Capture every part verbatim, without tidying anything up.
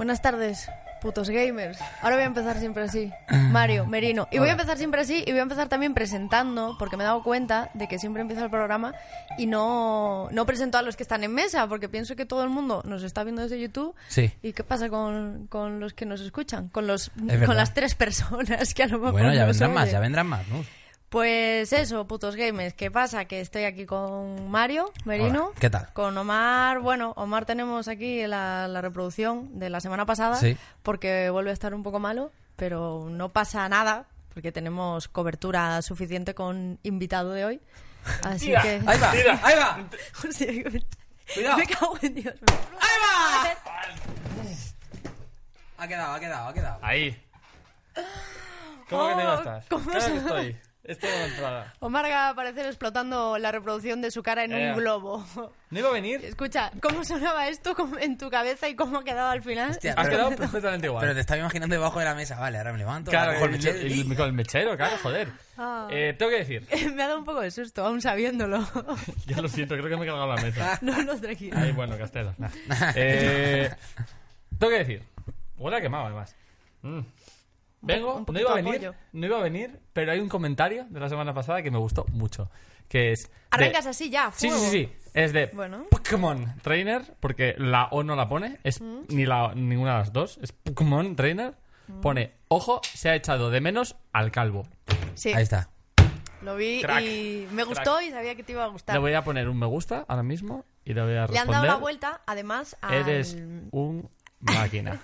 Buenas tardes, putos gamers. Ahora voy a empezar siempre así. Mario, Merino. Y voy a empezar siempre así y voy a empezar también presentando, porque me he dado cuenta de que siempre empiezo el programa y no, no presento a los que están en mesa, porque pienso que todo el mundo nos está viendo desde YouTube. Sí. ¿Y qué pasa con, con los que nos escuchan? Con los con las tres personas que a lo mejor Bueno, ya nos vendrán oyen. más, ya vendrán más, ¿no? Pues eso, putos gamers. ¿Qué pasa? Que estoy aquí con Mario, Merino. Hola, ¿qué tal? Con Omar. Bueno, Omar tenemos aquí la, la reproducción de la semana pasada. Sí. Porque vuelve a estar un poco malo, pero no pasa nada, porque tenemos cobertura suficiente con invitado de hoy. Así Tira, que... ¡Ahí va! Tira. ¡Ahí va! Hostia, Cuidado. me cago en Dios. ¡Ahí va! Ha quedado, ha quedado, ha quedado. Ahí. ¿Cómo que no iba a estar? ¿Cómo Claro se- que estoy. Estoy en la entrada. Omar va a aparecer explotando la reproducción de su cara en Eh. un globo. ¿No iba a venir? Escucha, ¿cómo sonaba esto ¿Cómo- en tu cabeza y cómo ha quedado al final? Hostia, Has pero- quedado perfectamente igual. Pero te estaba imaginando debajo de la mesa. Vale, ahora me levanto. Claro, cojo el, el mechero el- y- el- con el mechero, claro, joder. Ah. Eh, tengo que decir. Me ha dado un poco de susto, aún sabiéndolo. Ya lo siento, creo que me he cargado la mesa. No, no, tranquilo. Ahí, bueno, Castelo. Nah. Eh, tengo que decir. Huele a quemado, además. Mm. Vengo, un no poquito iba a de venir, apoyo. no iba a venir, pero hay un comentario de la semana pasada que me gustó mucho. Que es. de- Arrancas así ya, Sí, fuego. sí, sí, sí. Es de Bueno. Pokémon Trainer, porque la O no la pone, es Mm. ni la ninguna de las dos, es Pokémon Trainer. Pone, ojo, se ha echado de menos al calvo. Sí, Ahí está. lo vi Crack, y me crack. gustó y sabía que te iba a gustar. Le voy a poner un me gusta ahora mismo y le voy a Le han responder. dado la vuelta, además, al... Eres un máquina.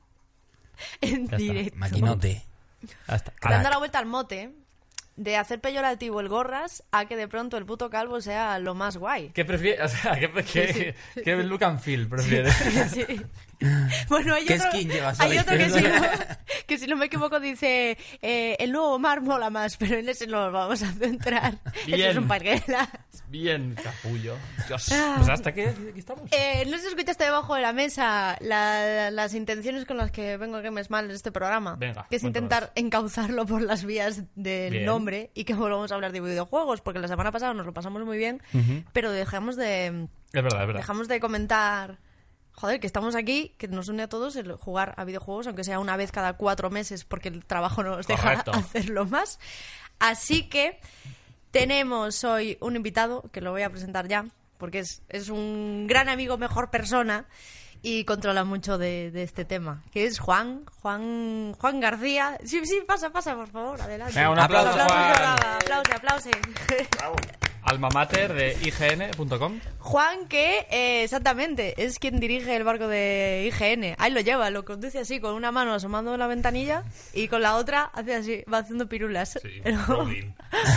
en está. directo. Maquinote. Ya está. Le han dado Crack. la vuelta al mote de hacer peyorativo el gorras a que de pronto el puto calvo sea lo más guay. ¿Qué prefieres? O sea, ¿qué, qué, qué look and feel prefieres? Sí. Bueno, hay ¿Qué otro, skin llevas hay hoy? otro que, si no, que si no me equivoco dice eh, el nuevo Omar mola más, pero en ese no nos vamos a centrar. Eso Bien. es un parguela. Bien, capullo. Dios. Ah. Pues hasta que aquí estamos. Eh, no sé si escuchaste debajo de la mesa la- las intenciones con las que vengo a Games Mal en este programa. Venga, que es cuéntanos. intentar encauzarlo por las vías del Bien. nombre y que volvamos a hablar de videojuegos, porque la semana pasada nos lo pasamos muy bien, pero dejamos de, Es verdad, es verdad. dejamos de comentar... Joder, que estamos aquí, que nos une a todos el jugar a videojuegos, aunque sea una vez cada cuatro meses, porque el trabajo no nos deja Correcto. hacerlo más. Así que tenemos hoy un invitado, que lo voy a presentar ya, porque es, es un gran amigo, mejor persona, y controla mucho de, de este tema, que es Juan, Juan, Juan García. Sí, sí, pasa, pasa, por favor, adelante. Venga, un aplauso, aplauso, Juan. aplauso, aplauso. Alma mater de I G N punto com. Juan, que eh, exactamente es quien dirige el barco de I G N. Ahí lo lleva, lo conduce así, con una mano asomando la ventanilla y con la otra hace así, va haciendo pirulas. Sí, Pero- rolling.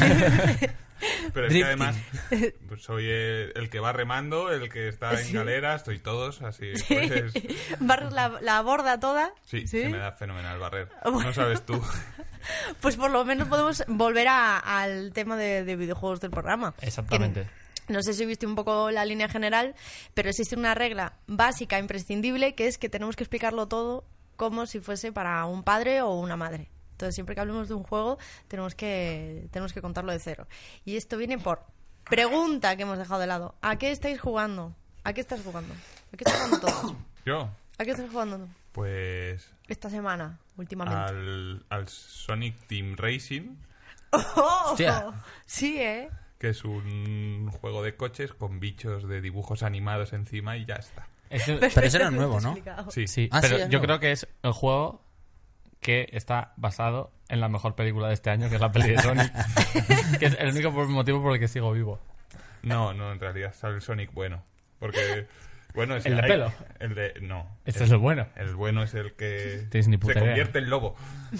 Pero es Drifting. que además pues soy el, el que va remando, el que está en Sí. galera, estoy todos así. Sí. Pues, Barres la, la borda toda. sí, ¿Sí? se me da fenomenal barrer. Bueno. No sabes tú. Pues por lo menos podemos volver a- al tema de, de videojuegos del programa. Exactamente. Que no sé si viste un poco la línea general, pero existe una regla básica, imprescindible, que es que tenemos que explicarlo todo como si fuese para un padre o una madre. Entonces, siempre que hablemos de un juego, tenemos que, tenemos que contarlo de cero. Y esto viene por pregunta que hemos dejado de lado. ¿A qué estáis jugando? ¿A qué estás jugando? ¿A qué estás jugando todos? Yo, ¿A qué estás jugando pues esta semana, últimamente? al, al Sonic Team Racing, ¡Oh! Hostia. Sí, ¿eh? que es un juego de coches con bichos de dibujos animados encima y ya está. Es un- Pero ese no es nuevo, ¿no? Explicado. Sí, Sí, Ah, pero sí, es yo nuevo. creo que es el juego que está basado en la mejor película de este año, que es la peli de Sonic. Que es el único por- motivo por el que sigo vivo. No, no, en realidad sale el Sonic bueno. Porque, bueno, es ¿El de hay- pelo? El de, no. Este el, es el bueno. El bueno es el que Tienes ni puta se idea. convierte en lobo.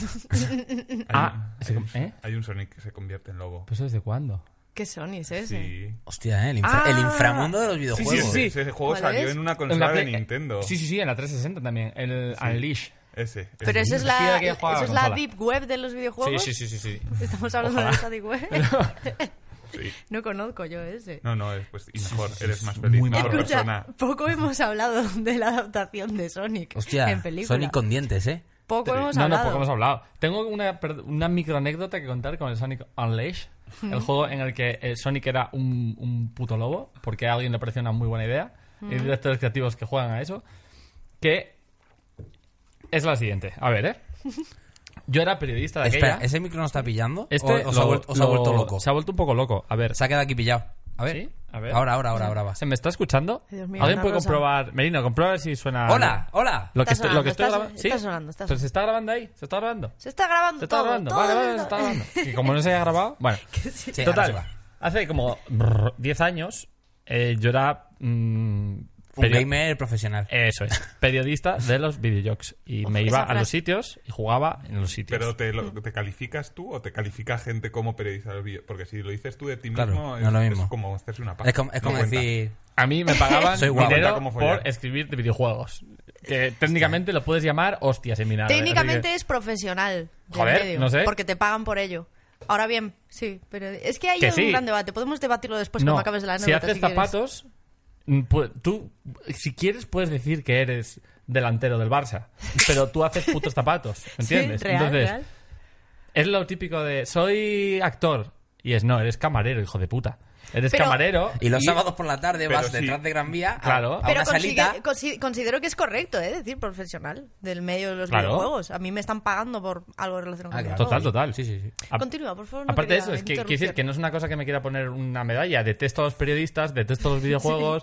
Hay Ah, un- se hay, com- un, ¿eh? hay un Sonic que se convierte en lobo. ¿Pues eso desde cuándo? ¿Qué Sony es ese? Sí. Hostia, ¿eh? El, infra- Ah. el inframundo de los Sí, videojuegos. sí, ese juego ¿Cuál salió es? en una En consola la de Play- Nintendo. Sí, sí, sí, en la trescientos sesenta también. El Unleash. Ese. Pero ese. esa es Sí, la, aquí juega eso la es la consola. deep web de los Sí, videojuegos. sí, sí, sí, sí. Estamos hablando Ojalá. de esa deep web. Sí. No conozco yo ese. No, no, es, pues, y mejor, sí, sí, eres sí, más feliz, muy mejor malo. Escucha, persona. poco hemos hablado de la adaptación de Sonic Hostia, en película. Sonic con dientes, ¿eh? Poco Sí. hemos No, no, hablado. poco hemos hablado. Tengo una, per- una micro anécdota que contar con el Sonic Unleashed. El juego en el que eh, Sonic era un, un puto lobo, porque a alguien le pareció una muy buena idea. Y hay directores creativos que juegan a eso. Que es la siguiente. A ver, ¿eh? Yo era periodista de aquella... Espera, ¿ese micro no está pillando? Este ¿O, o se, ha lo- vuelto, o se ha lo- vuelto loco? Se ha vuelto un poco loco. A ver, Se ha quedado aquí pillado. A ver. ¿Sí? A ver. Ahora, ahora, ahora, ahora va. ¿se me está escuchando? Ay, Dios mío, ¿Alguien Ana puede Rosa. comprobar? Merino, comprueba a ver si suena... ¡Hola! ¡Hola! Lo que Está estoy, lo que sonando, estoy está- grabando... ¿Sí? está sonando, está ¿Pero se está grabando ahí? ¿Se está grabando? Se está grabando ¿Se está todo, grabando? todo Vale, vale, el- se está grabando. Y como no se haya grabado... Bueno, Sí, ahora se total. va. Hace como brr, diez años eh, yo era... mm, Un perio- gamer profesional. Eso es. Periodista de los videojuegos. Y me iba esa a los frase. sitios y jugaba en los sitios. Pero te, lo- ¿te calificas tú o te califica gente como periodista del vídeo? Porque si lo dices tú de ti Claro, mismo, no es, es lo mismo. es como hacerse una paja. Es como, es como No cuenta. decir... A mí me pagaban Soy guapo. dinero Cuenta cómo follar. por escribir de videojuegos. Que técnicamente lo puedes llamar hostias en mi nave. Técnicamente Así es profesional. del Joder, medio, no sé. Porque te pagan por ello. Ahora bien, sí, pero es que hay Que un sí. gran debate. Podemos debatirlo después que- cuando no, acabes la si anécdota. haces si quieres. zapatos, mm, pu- tú, si quieres, puedes decir que eres delantero del Barça. Pero tú haces putos zapatos, ¿entiendes? Sí, real, Entonces, real. es lo típico de soy actor. Y es no, eres camarero, hijo de puta. Eres Pero- camarero. Y los sábados por la tarde Pero vas sí. detrás de Gran Vía a, Claro. a Pero una consigue- salita... consi- considero que es correcto, ¿eh? Decir profesional del medio de los Claro. videojuegos. A mí me están pagando por algo relacionado Ah, con claro. Total, videojuegos. total, sí, sí, sí. A- Continúa, por favor. no Aparte de quería eso, es que quiero interrumpir. decir que no es una cosa que me quiera poner una medalla. Detesto a los periodistas, detesto los videojuegos.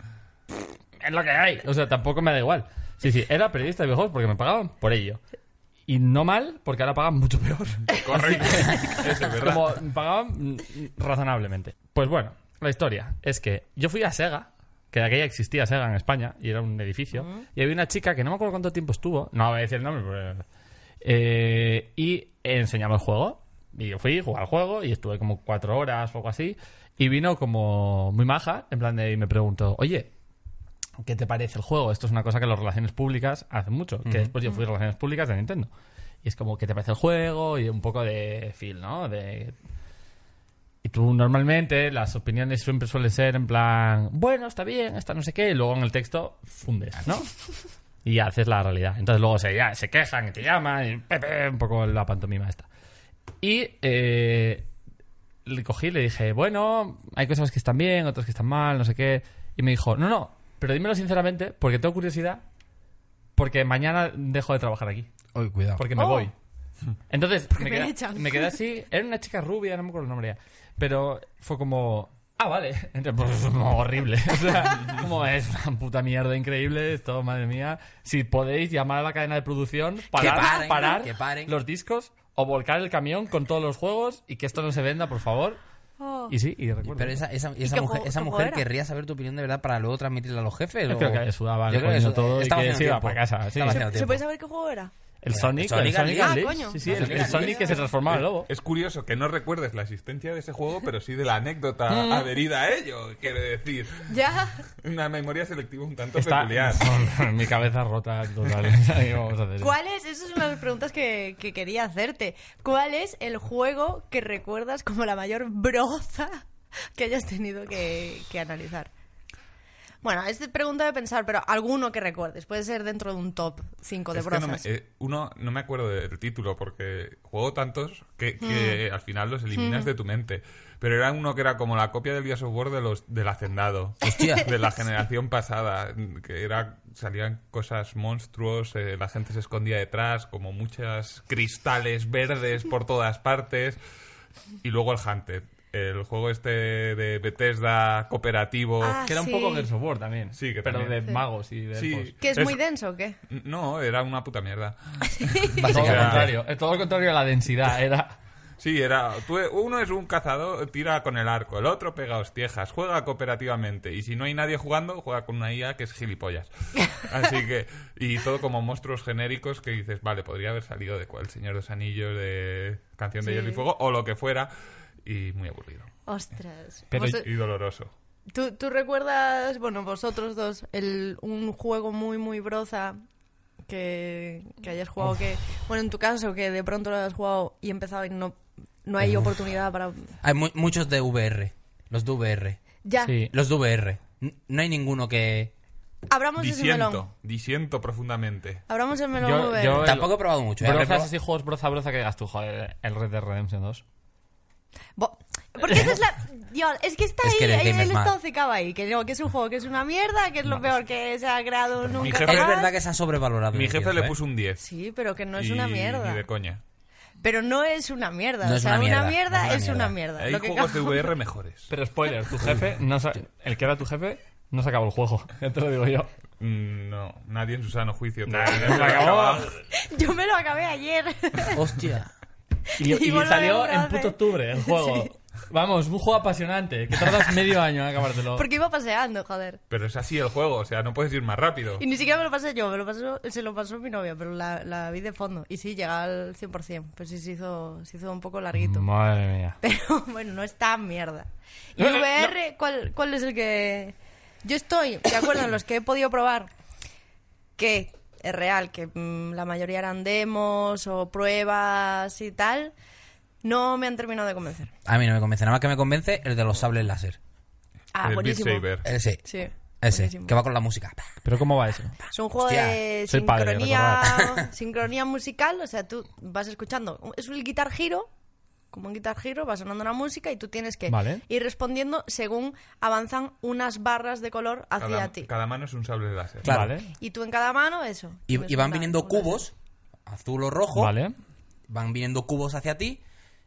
Es lo que hay. O sea, tampoco me da igual. Sí, sí, era periodista de videojuegos porque me pagaban por ello. Y no mal, porque ahora pagan mucho peor. Correcto. Eso es verdad. Como me pagaban mm, razonablemente. Pues bueno, la historia es que yo fui a Sega, que de aquella existía Sega en España, y era un edificio, y había una chica que no me acuerdo cuánto tiempo estuvo, no voy a decir el nombre, pero, eh, y enseñaba el juego. Y yo fui, jugué al juego, y estuve como cuatro horas o algo así, y vino como muy maja, en plan de, y me preguntó, oye, ¿qué te parece el juego? Esto es una cosa que las relaciones públicas hacen mucho, que después yo fui a relaciones públicas de Nintendo. Y es como, ¿qué te parece el juego? Y un poco de feel, ¿no? De... Y tú normalmente las opiniones siempre suelen ser en plan, bueno, está bien, está no sé qué, y luego en el texto fundes, ¿no? Y haces la realidad. Entonces luego se, ya, se quejan y te llaman, y pepe, un poco la pantomima esta. Y eh, le cogí y le dije, bueno, hay cosas que están bien, otras que están mal, no sé qué. Y me dijo, no, no, pero dímelo sinceramente, porque tengo curiosidad, porque mañana dejo de trabajar aquí, Uy, cuidado. porque me Oh. voy. Entonces, me, me quedé, echan. me quedé así. Era una chica rubia, no me acuerdo el nombre ya. Pero fue como... Ah, vale. Entonces, pues, no, horrible. O sea, como es una puta mierda increíble. Esto, madre mía. Si podéis llamar a la cadena de producción, parar, paren, parar que paren. los discos o volcar el camión con todos los juegos y que esto no se venda, por favor. Oh. Y sí, y recuerdo. Pero esa, esa, esa qué mujer, juego- esa qué mujer juego era? querría saber tu opinión de verdad para luego transmitirla a los jefes. Yo o- creo que sudaba Yo el creo que coño eso- todo y estaba que haciendo se iba tiempo. para casa. Sí. Estaba haciendo ¿Se, ¿Se tiempo. puede saber qué juego era? El Sonic, El Sonic el Sonic Unleashed. Unleashed. Ah, coño. Sí, sí, El el, Sonic el Sonic Unleashed. que se transformaba en lobo. Es curioso que no recuerdes la existencia de ese juego, pero sí de la anécdota adherida a ello. Quiere decir, Ya. una memoria selectiva un tanto Está peculiar. mi cabeza rota total. ¿Qué vamos a hacer? ¿Cuál es? Esa es una de las preguntas que, que quería hacerte. ¿Cuál es el juego que recuerdas como la mayor broza que hayas tenido que, que analizar? Bueno, es de pregunta de pensar, pero alguno que recuerdes. Puede ser dentro de un top cinco de Es que no me, brozas. eh, uno, no me acuerdo del título porque juego tantos que, que al final los eliminas de tu mente. Pero era uno que era como la copia del Gears of War de los, del Hacendado. Hostia. De la generación pasada. Que era salían cosas monstruos, eh, la gente se escondía detrás, como muchos cristales verdes por todas partes. Y luego el Hunted. El juego este de Bethesda cooperativo. Ah, Que era un sí. poco Gears of War también. Sí, que pero también. de Sí. magos y de Sí. elfos. ¿Que es Es- muy denso o qué? No, era una puta mierda. Todo lo Básicamente. contrario. Es todo lo contrario a la densidad. Era... Sí, era. Tú, uno es un cazador, tira con el arco, el otro pega hostiejas, juega cooperativamente. Y si no hay nadie jugando, juega con una I A que es gilipollas. Así que. Y todo como monstruos genéricos que dices, vale, podría haber salido de cuál, Señor de los Anillos, de Canción de Sí. Hielo y Fuego, o lo que fuera. Y muy aburrido. Ostras. Pero- Vos- Y doloroso. ¿tú, ¿Tú recuerdas, bueno, vosotros dos, el, un juego muy, muy broza que, que hayas jugado que... Bueno, en tu caso, que de pronto lo has jugado y empezado y no, no hay oportunidad para... Hay mu- muchos de V R. Los de V R. Ya, Sí. Los de V R. N- No hay ninguno que... abramos ese melón. Disiento, disiento profundamente. Abramos el melón. Yo- V R. yo- El- Tampoco he probado mucho. ¿eh? He Brozas probado- así, juegos broza, broza que digas tú, joder, el Red Dead Redemption dos. Bo- Porque esa es la... Dios, es que está Es ahí, que eres ahí gamer el mad. estado cicado ahí. Que, no, que es un juego que es una mierda, que es lo peor que se ha creado nunca. jefe- Es jamás. verdad que se ha sobrevalorado. Mi yo jefe pienso, le ¿eh? puso un diez. Sí, pero que no es y, una mierda. Ni de coña. Pero no es una mierda. No o es sea, una mierda, una mierda no es una es mierda. una mierda. Hay Lo que juegos de acabo- V R mejores. Pero spoiler, tu jefe, no sa- el que era tu jefe, no se acabó el juego. Ya te lo digo yo. Mm, No, nadie en su sano juicio. Nah, todavía no se se lo acabó. acaba. Yo me lo acabé ayer. Hostia. Y, y Y volveré salió a en hacer. puto octubre el juego. Sí. Vamos, un juego apasionante, que tardas medio año en acabártelo. Porque iba paseando, joder. Pero es así el juego, o sea, no puedes ir más rápido. Y ni siquiera me lo pasé yo, me lo pasó, se lo pasó mi novia, pero la, la vi de fondo. Y sí, llega al cien por ciento. Pues sí, se hizo, se hizo un poco larguito. Madre mía. Pero bueno, no es tan mierda. ¿Y No, no, V R? ¿Cuál, ¿Cuál es el que...? Yo estoy, de acuerdo, en los que he podido probar, que es real, que mm, la mayoría eran demos o pruebas y tal, no me han terminado de convencer. A mí no me convence. Nada más que me convence el de los sables láser. Ah, el buenísimo. Beat Saber. Ese. Sí, Ese. buenísimo. Que va con la música. ¿Pero cómo va eso? Es un juego Hostia, de soy padre, sincronía, sincronía musical, o sea, tú vas escuchando, es un Guitar Hero, como un Guitar Hero, va sonando una música y tú tienes que Vale. ir respondiendo según avanzan unas barras de color hacia Cada, ti. cada mano es un sable láser. Claro. Vale. Y tú en cada mano, eso. Y, tienes y van una- viniendo una- cubos, azul o rojo. Vale. Van viniendo cubos hacia ti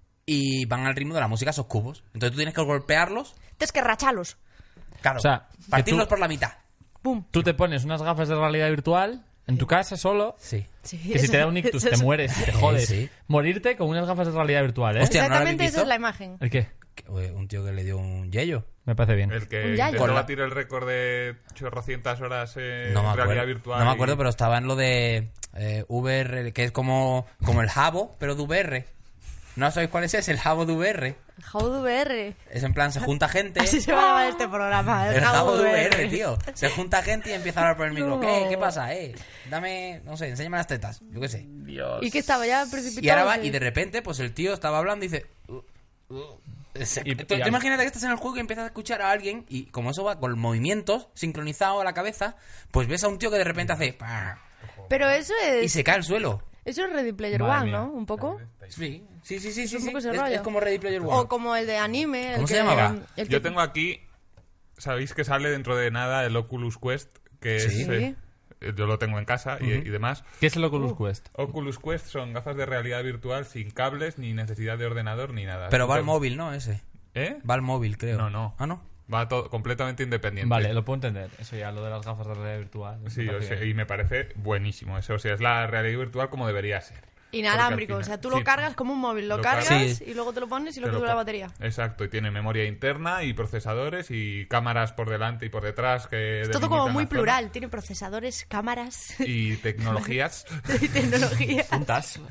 y van al ritmo de la música esos cubos. Entonces tú tienes que golpearlos. Tienes que rachalos. Claro. O sea, que partirlos tú- por la mitad. ¡Pum! Tú te pones unas gafas de realidad virtual en tu casa solo. Sí. Sí, Que si eso- te da un ictus eso- te mueres y te Sí, jodes. sí. Morirte con unas gafas de realidad virtual, ¿eh? Hostia, ¿no lo habéis Exactamente esa visto? es la imagen. ¿El qué? Que- oye, un tío que le dio un yello. Me parece bien. El que Un yayo. intentó Con la- batir el récord de chorrocientas horas en No me realidad acuerdo. virtual. No me y- acuerdo, pero estaba en lo de eh, V R, que es como, como el Jabo, pero de V R. ¿No sabéis cuál es ese? El Jabo de V R. How de V R. Es en plan, se junta gente. Así se va a llamar este programa. El How Jabo de V V R, tío. Se junta gente y empieza a hablar por el micro. No. ¿Qué? ¿Qué pasa? Eh, dame, no sé, enséñame las tetas. Yo qué sé. Dios. Y que estaba ya precipitado. Y ahora va, sí. y de repente, pues el tío estaba hablando y dice. "Uh, uh". Se- Y- tú- y tú al- imagínate que estás en el juego y empiezas a escuchar a alguien y como eso va con movimientos sincronizados a la cabeza, pues ves a un tío que de repente hace "Pa", Pero eso es... y se cae al suelo. Eso es Ready Player Madre One, mía. ¿no? Un poco. Sí, sí, sí, sí, sí, un sí. poco ese Es, rollo. es como Ready Player One. O como el de anime. ¿Cómo el se que- llamaba? el que- Yo tengo aquí, sabéis que sale dentro de nada el Oculus Quest, que Sí. es, eh, yo lo tengo en casa y, y demás. ¿Qué es el Oculus Quest? Oculus Quest son gafas de realidad virtual sin cables, ni necesidad de ordenador, ni nada. Pero va al Entonces- móvil, ¿no? Ese. ¿Eh? Va al móvil, creo. No, no. Ah, no. Va todo completamente independiente. Vale, lo puedo entender. Eso ya, lo de las gafas de realidad virtual. me Sí, o parece sea, bien. y me parece buenísimo eso. O sea, es la realidad virtual como debería ser. Inalámbrico. Porque O al sea, tú final- lo sí, cargas como un móvil. Lo, Lo cargas cargas. Sí. y luego te lo pones y lo te que lo dura la pon- batería. Exacto, y tiene memoria interna y procesadores y cámaras por delante y por detrás que Es todo delimitan como muy la zona. plural. Tiene procesadores, cámaras Y tecnologías. y tecnología. Puntas.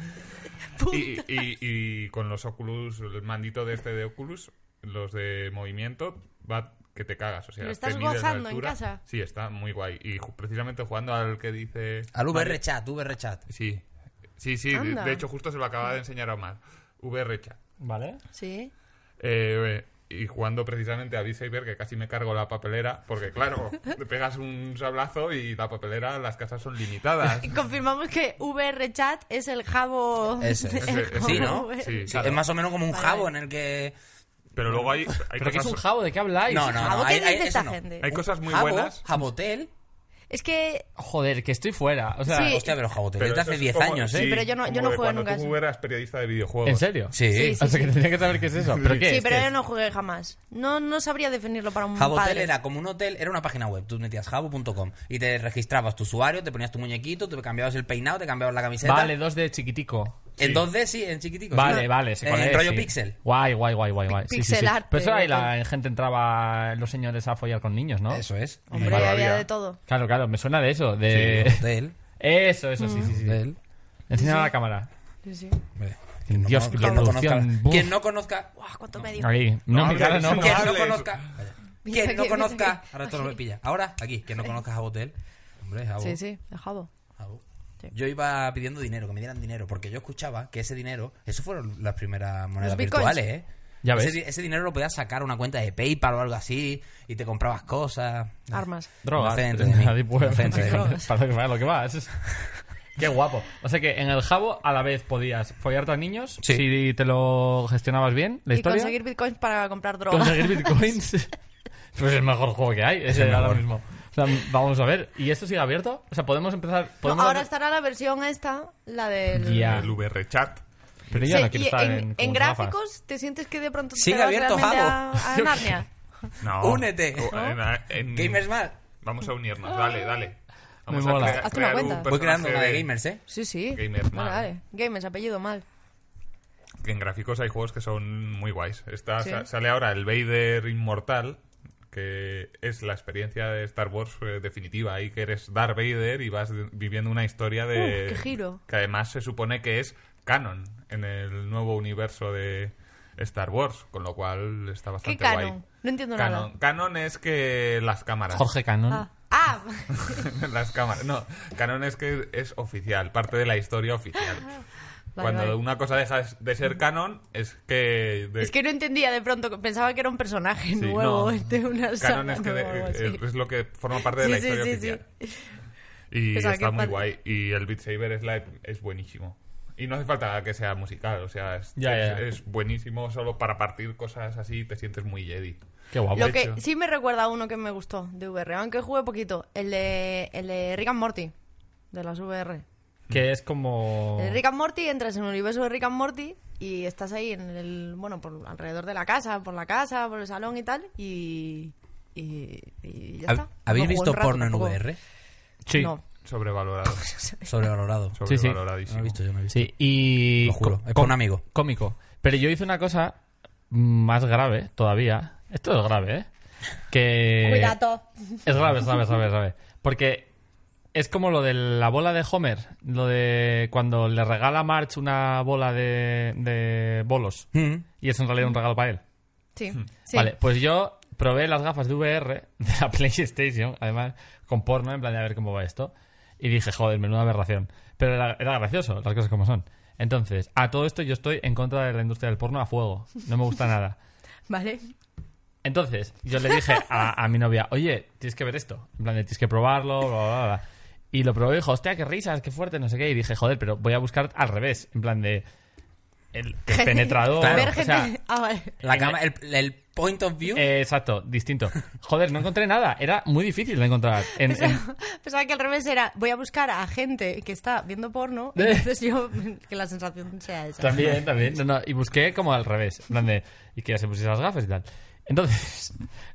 y, y- y con los Oculus, el mandito de este de Oculus, los de movimiento, va que te cagas. O sea, ¿Lo estás te mide la gozando en altura. casa? Sí, está muy guay. Y ju- precisamente jugando al que dice... Al V R Mario- chat, V R chat. Sí, sí, sí. De, Anda. de hecho, justo se lo acaba de enseñar a Omar. V R chat. Vale. Sí. Eh, y jugando precisamente a Beat Saber, que casi me cargo la papelera, porque claro, te pegas un sablazo y la papelera, las casas son limitadas. Y confirmamos que V R Chat es el jabo. Ese. el Ese- ese- Sí, jabo ¿no? V R. Sí, Sí, claro. es más o menos como un Vale, jabo vale. en el que... Pero luego hay, hay ¿Pero qué es cosas, un jabo? ¿De qué habláis? No, no, ¿Jabo no. qué Hay, hay, dice eso esta no. gente? hay cosas muy Jabo, buenas. Jabotel. Es que Joder, que estoy fuera. O sea, Sí. Hostia, pero Jabotel Pero es de eso hace es diez como- años, ¿eh? sí, pero yo no- yo como no de jugué cuando nunca tú eso. eras periodista de videojuegos. ¿en serio? Sí. Sí, sí. O sea, que tendría que saber qué es eso. ¿Pero qué sí, es? pero ¿Qué yo es? no jugué jamás. No, no sabría definirlo para un Jabotel padre. era como un hotel, era una página web. Tú metías jabo punto com y te registrabas tu usuario, te ponías tu muñequito, te cambiabas el peinado, te cambiabas la camiseta. Vale, dos de chiquitico. En dos D, sí, en chiquitico. Vale, sí. vale. sé En cuál es, rollo sí. pixel. Guay, guay, guay, guay. guay. Sí, sí, Pixel sí. art, Pero eso ahí eh, la gente entraba, los señores a follar con niños, ¿no? Eso es. Hombre, Maravilla. había de todo. Claro, claro, me suena de eso. De... Hotel. Eso, eso, sí, sí, sí. Hotel. Enseña a la cámara. Sí, sí. Hombre, quien no Dios, conozca- qué quien no producción. conozca- Buf. Quien no conozca... Guau, cuánto me dio. Ahí. No, No mi cara hables, no. no Quien no hables. conozca... Vaya. Mira Quien no aquí, mira conozca... aquí. Ahora esto no me pilla. Ahora, aquí. Quien no conozca Jabotel. Hombre, Jabo. Sí, sí, de jabo. Jabo. Sí. Yo iba pidiendo dinero, que me dieran dinero, porque yo escuchaba que ese dinero, eso fueron las primeras monedas Los bitcoins. virtuales, ¿eh? Ya ese, ves. di- ese dinero lo podías sacar a una cuenta de PayPal o algo así y te comprabas cosas. Armas. Drogas. Inocente de mí. Nadie puede. Inocente de mí. Para que vaya lo que vas. Qué guapo. O sea que en el Jabo a la vez podías follarte a niños Sí. si te lo gestionabas bien, la Y historia. conseguir bitcoins para comprar droga. Conseguir bitcoins. Pues es el mejor juego que hay, ese ahora mismo. O sea, vamos a ver. ¿Y esto sigue abierto? O sea, podemos empezar... No, Podemos ahora hacer- estará la versión esta, la del... Ya. El V R Chat. Pero yo Sí, no quiero y estar en, en, en con gafas. gráficos, ¿te sientes que de pronto te Sigue vas abierto, realmente Jabo. a, a Narnia? No. Únete. O- en- en- Gamers Mal. Vamos a unirnos, dale, dale. Vamos Me a mola. crea- Hazte una crear un cuenta. Voy creando personaje una de gamers, ¿eh? Sí, sí. Gamers Vale, mal. vale. Gamers, apellido mal. Que en gráficos hay juegos que son muy guays. Está, Sí. sa- Sale ahora el Vader Inmortal, que es la experiencia de Star Wars eh, definitiva. Ahí que eres Darth Vader y vas de- viviendo una historia de... Uh, qué giro. Que además se supone que es canon en el nuevo universo de Star Wars, con lo cual está ¿Qué bastante canon? guay. No entiendo Canon. nada. Canon es que las cámaras... Jorge Canón. Ah, ah. las cámaras. No, canon es que es oficial, parte de la historia oficial. Vale, Cuando vale. una cosa deja de ser canon, es que... de- Es que no entendía de pronto, pensaba que era un personaje Sí, nuevo no. de una saga Canon es, que de- o algo así. es, es lo que forma parte de Sí, la sí, historia sí, oficial. sí. Y Pensaba está que muy fa- guay. Y el Beat Saber es, la- es buenísimo. Y no hace falta que sea musical, o sea, es, Ya, es, ya, ya. es buenísimo solo para partir cosas así, te sientes muy Jedi. Qué guapo. Lo de que hecho. sí me recuerda a uno que me gustó de V R, aunque jugué poquito, el de, el de Rick and Morty, de las V R. Que es como... El de Rick and Morty, entras en el universo de Rick and Morty y estás ahí en el, bueno, por alrededor de la casa, por la casa, por el salón y tal, y, y, y ya ¿Hab- está. ¿Habéis No jugué visto un rato porno en tampoco. V R? Sí. No. Sobrevalorado. Sobrevalorado. Sí, sí. No Sobrevaloradísimo. lo he visto, yo no he visto. Sí, y... Lo juro, co- es por un amigo. Cómico. Pero yo hice una cosa más grave todavía. Esto es grave, ¿eh? Que... Cuidado. Es grave, es grave, es grave, es grave. Porque es como lo de la bola de Homer. Lo de cuando le regala a Marge una bola de, de bolos. Mm. Y es en realidad un regalo para él. Sí, sí. Vale, pues yo probé las gafas de V R de la PlayStation, además, con porno, en plan de a ver cómo va esto. Y dije, joder, menuda aberración. Pero era, era gracioso, las cosas como son. Entonces, a todo esto yo estoy en contra de la industria del porno a fuego. No me gusta nada. Vale. Entonces, yo le dije a, a mi novia, oye, tienes que ver esto. En plan de, tienes que probarlo, bla, bla, bla. Y lo probé y dijo, hostia, qué risas, qué fuerte, no sé qué. Y dije, joder, pero voy a buscar al revés. En plan de, el, el penetrador. Claro, Ver o gente... sea, Ah, vale. La En cama, el, el point of view. eh, exacto, distinto. Joder, no encontré nada. Era muy difícil de encontrar. En- en- Pensaba, pensaba que al revés era, voy a buscar a gente que está viendo porno, y entonces yo, que la sensación sea esa. También, también. No, no, y busqué como al revés. En plan de, y que ya se pusiese las gafas y tal. Entonces,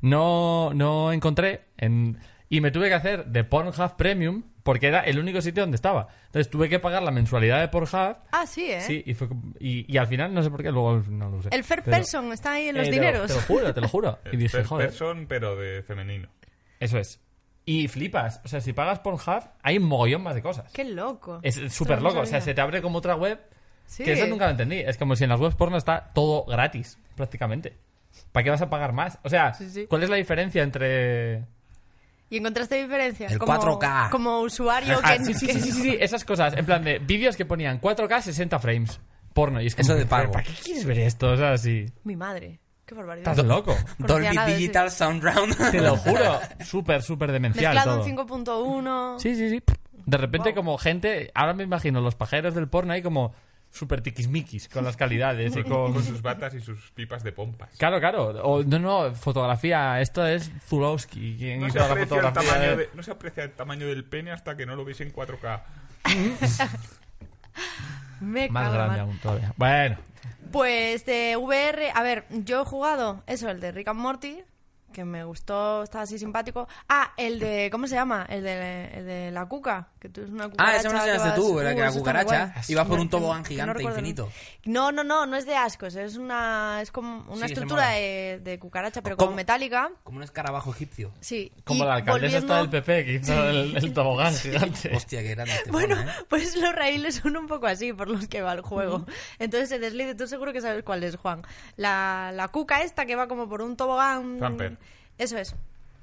no, no encontré. En, y me tuve que hacer de Pornhub Premium porque era el único sitio donde estaba. Entonces tuve que pagar la mensualidad de Pornhub. Ah, sí, ¿eh? Sí, y, fue, como- y, y al final no sé por qué, luego no lo usé. El fair Pero- person está ahí en los eh, te lo- dineros. Te lo juro, te lo juro. Y dije, First joder, person, pero de femenino. eso es. Y flipas. O sea, si pagas Pornhub, hay un mogollón más de cosas. Qué loco. Es Esto súper no loco. O sea, sabía. se te abre como otra web. Sí. Que eso nunca lo entendí. Es como si en las webs porno está todo gratis, prácticamente. ¿Para qué vas a pagar más? O sea, Sí, sí. ¿cuál es la diferencia entre...? ¿Y encontraste diferencia? El como, cuatro K. Como usuario que... Ah, sí, sí, que- sí, sí, sí, esas cosas. En plan de vídeos que ponían cuatro K, sesenta frames. Porno. Y es como, Eso de pago. ¿para qué quieres ver esto? O sea, sí. Mi madre. Qué barbaridad. Estás loco. Dolby nada de Digital Sound Round. Te lo juro. Súper, súper demencial Mezclado todo. en cinco punto uno. Sí, sí, sí. De repente Wow. como gente... Ahora me imagino los pajeros del porno ahí como súper tiquismiquis con las calidades y con... Con sus batas y sus pipas de pompas. Claro, claro. O, no, no, fotografía. Esto es Zulowski. Quien No se, hizo la aprecia el fotografía. tamaño de- de- no se aprecia el tamaño del pene hasta que no lo veis en cuatro K. Me Más cago en grande mar. aún todavía. Bueno. Pues de V R, a ver, yo he jugado eso, el de Rick and Morty, que me gustó, estaba así simpático. Ah, el de, ¿cómo se llama? El de, el de la cuca, que tú eres una cucaracha. Ah, ese me lo que enseñaste vas- tú, era Uh, que la eso está muy cucaracha guay. iba por un Que- tobogán que no gigante recuerdo el- infinito. No, no, no, no es de ascos, es una, es como una Sí, ese estructura mola. de, de cucaracha, pero ¿Cómo? como metálica. Como un escarabajo egipcio. Sí. Como y la alcaldesa volviendo- está del P P que hizo el, el tobogán gigante. Hostia, qué grande este Bueno, porno, ¿eh? pues los raíles son un poco así por los que va el juego. Entonces se desliza, tú seguro que sabes cuál es, Juan. La, la cuca esta que va como por un tobogán. Thumper. Eso es.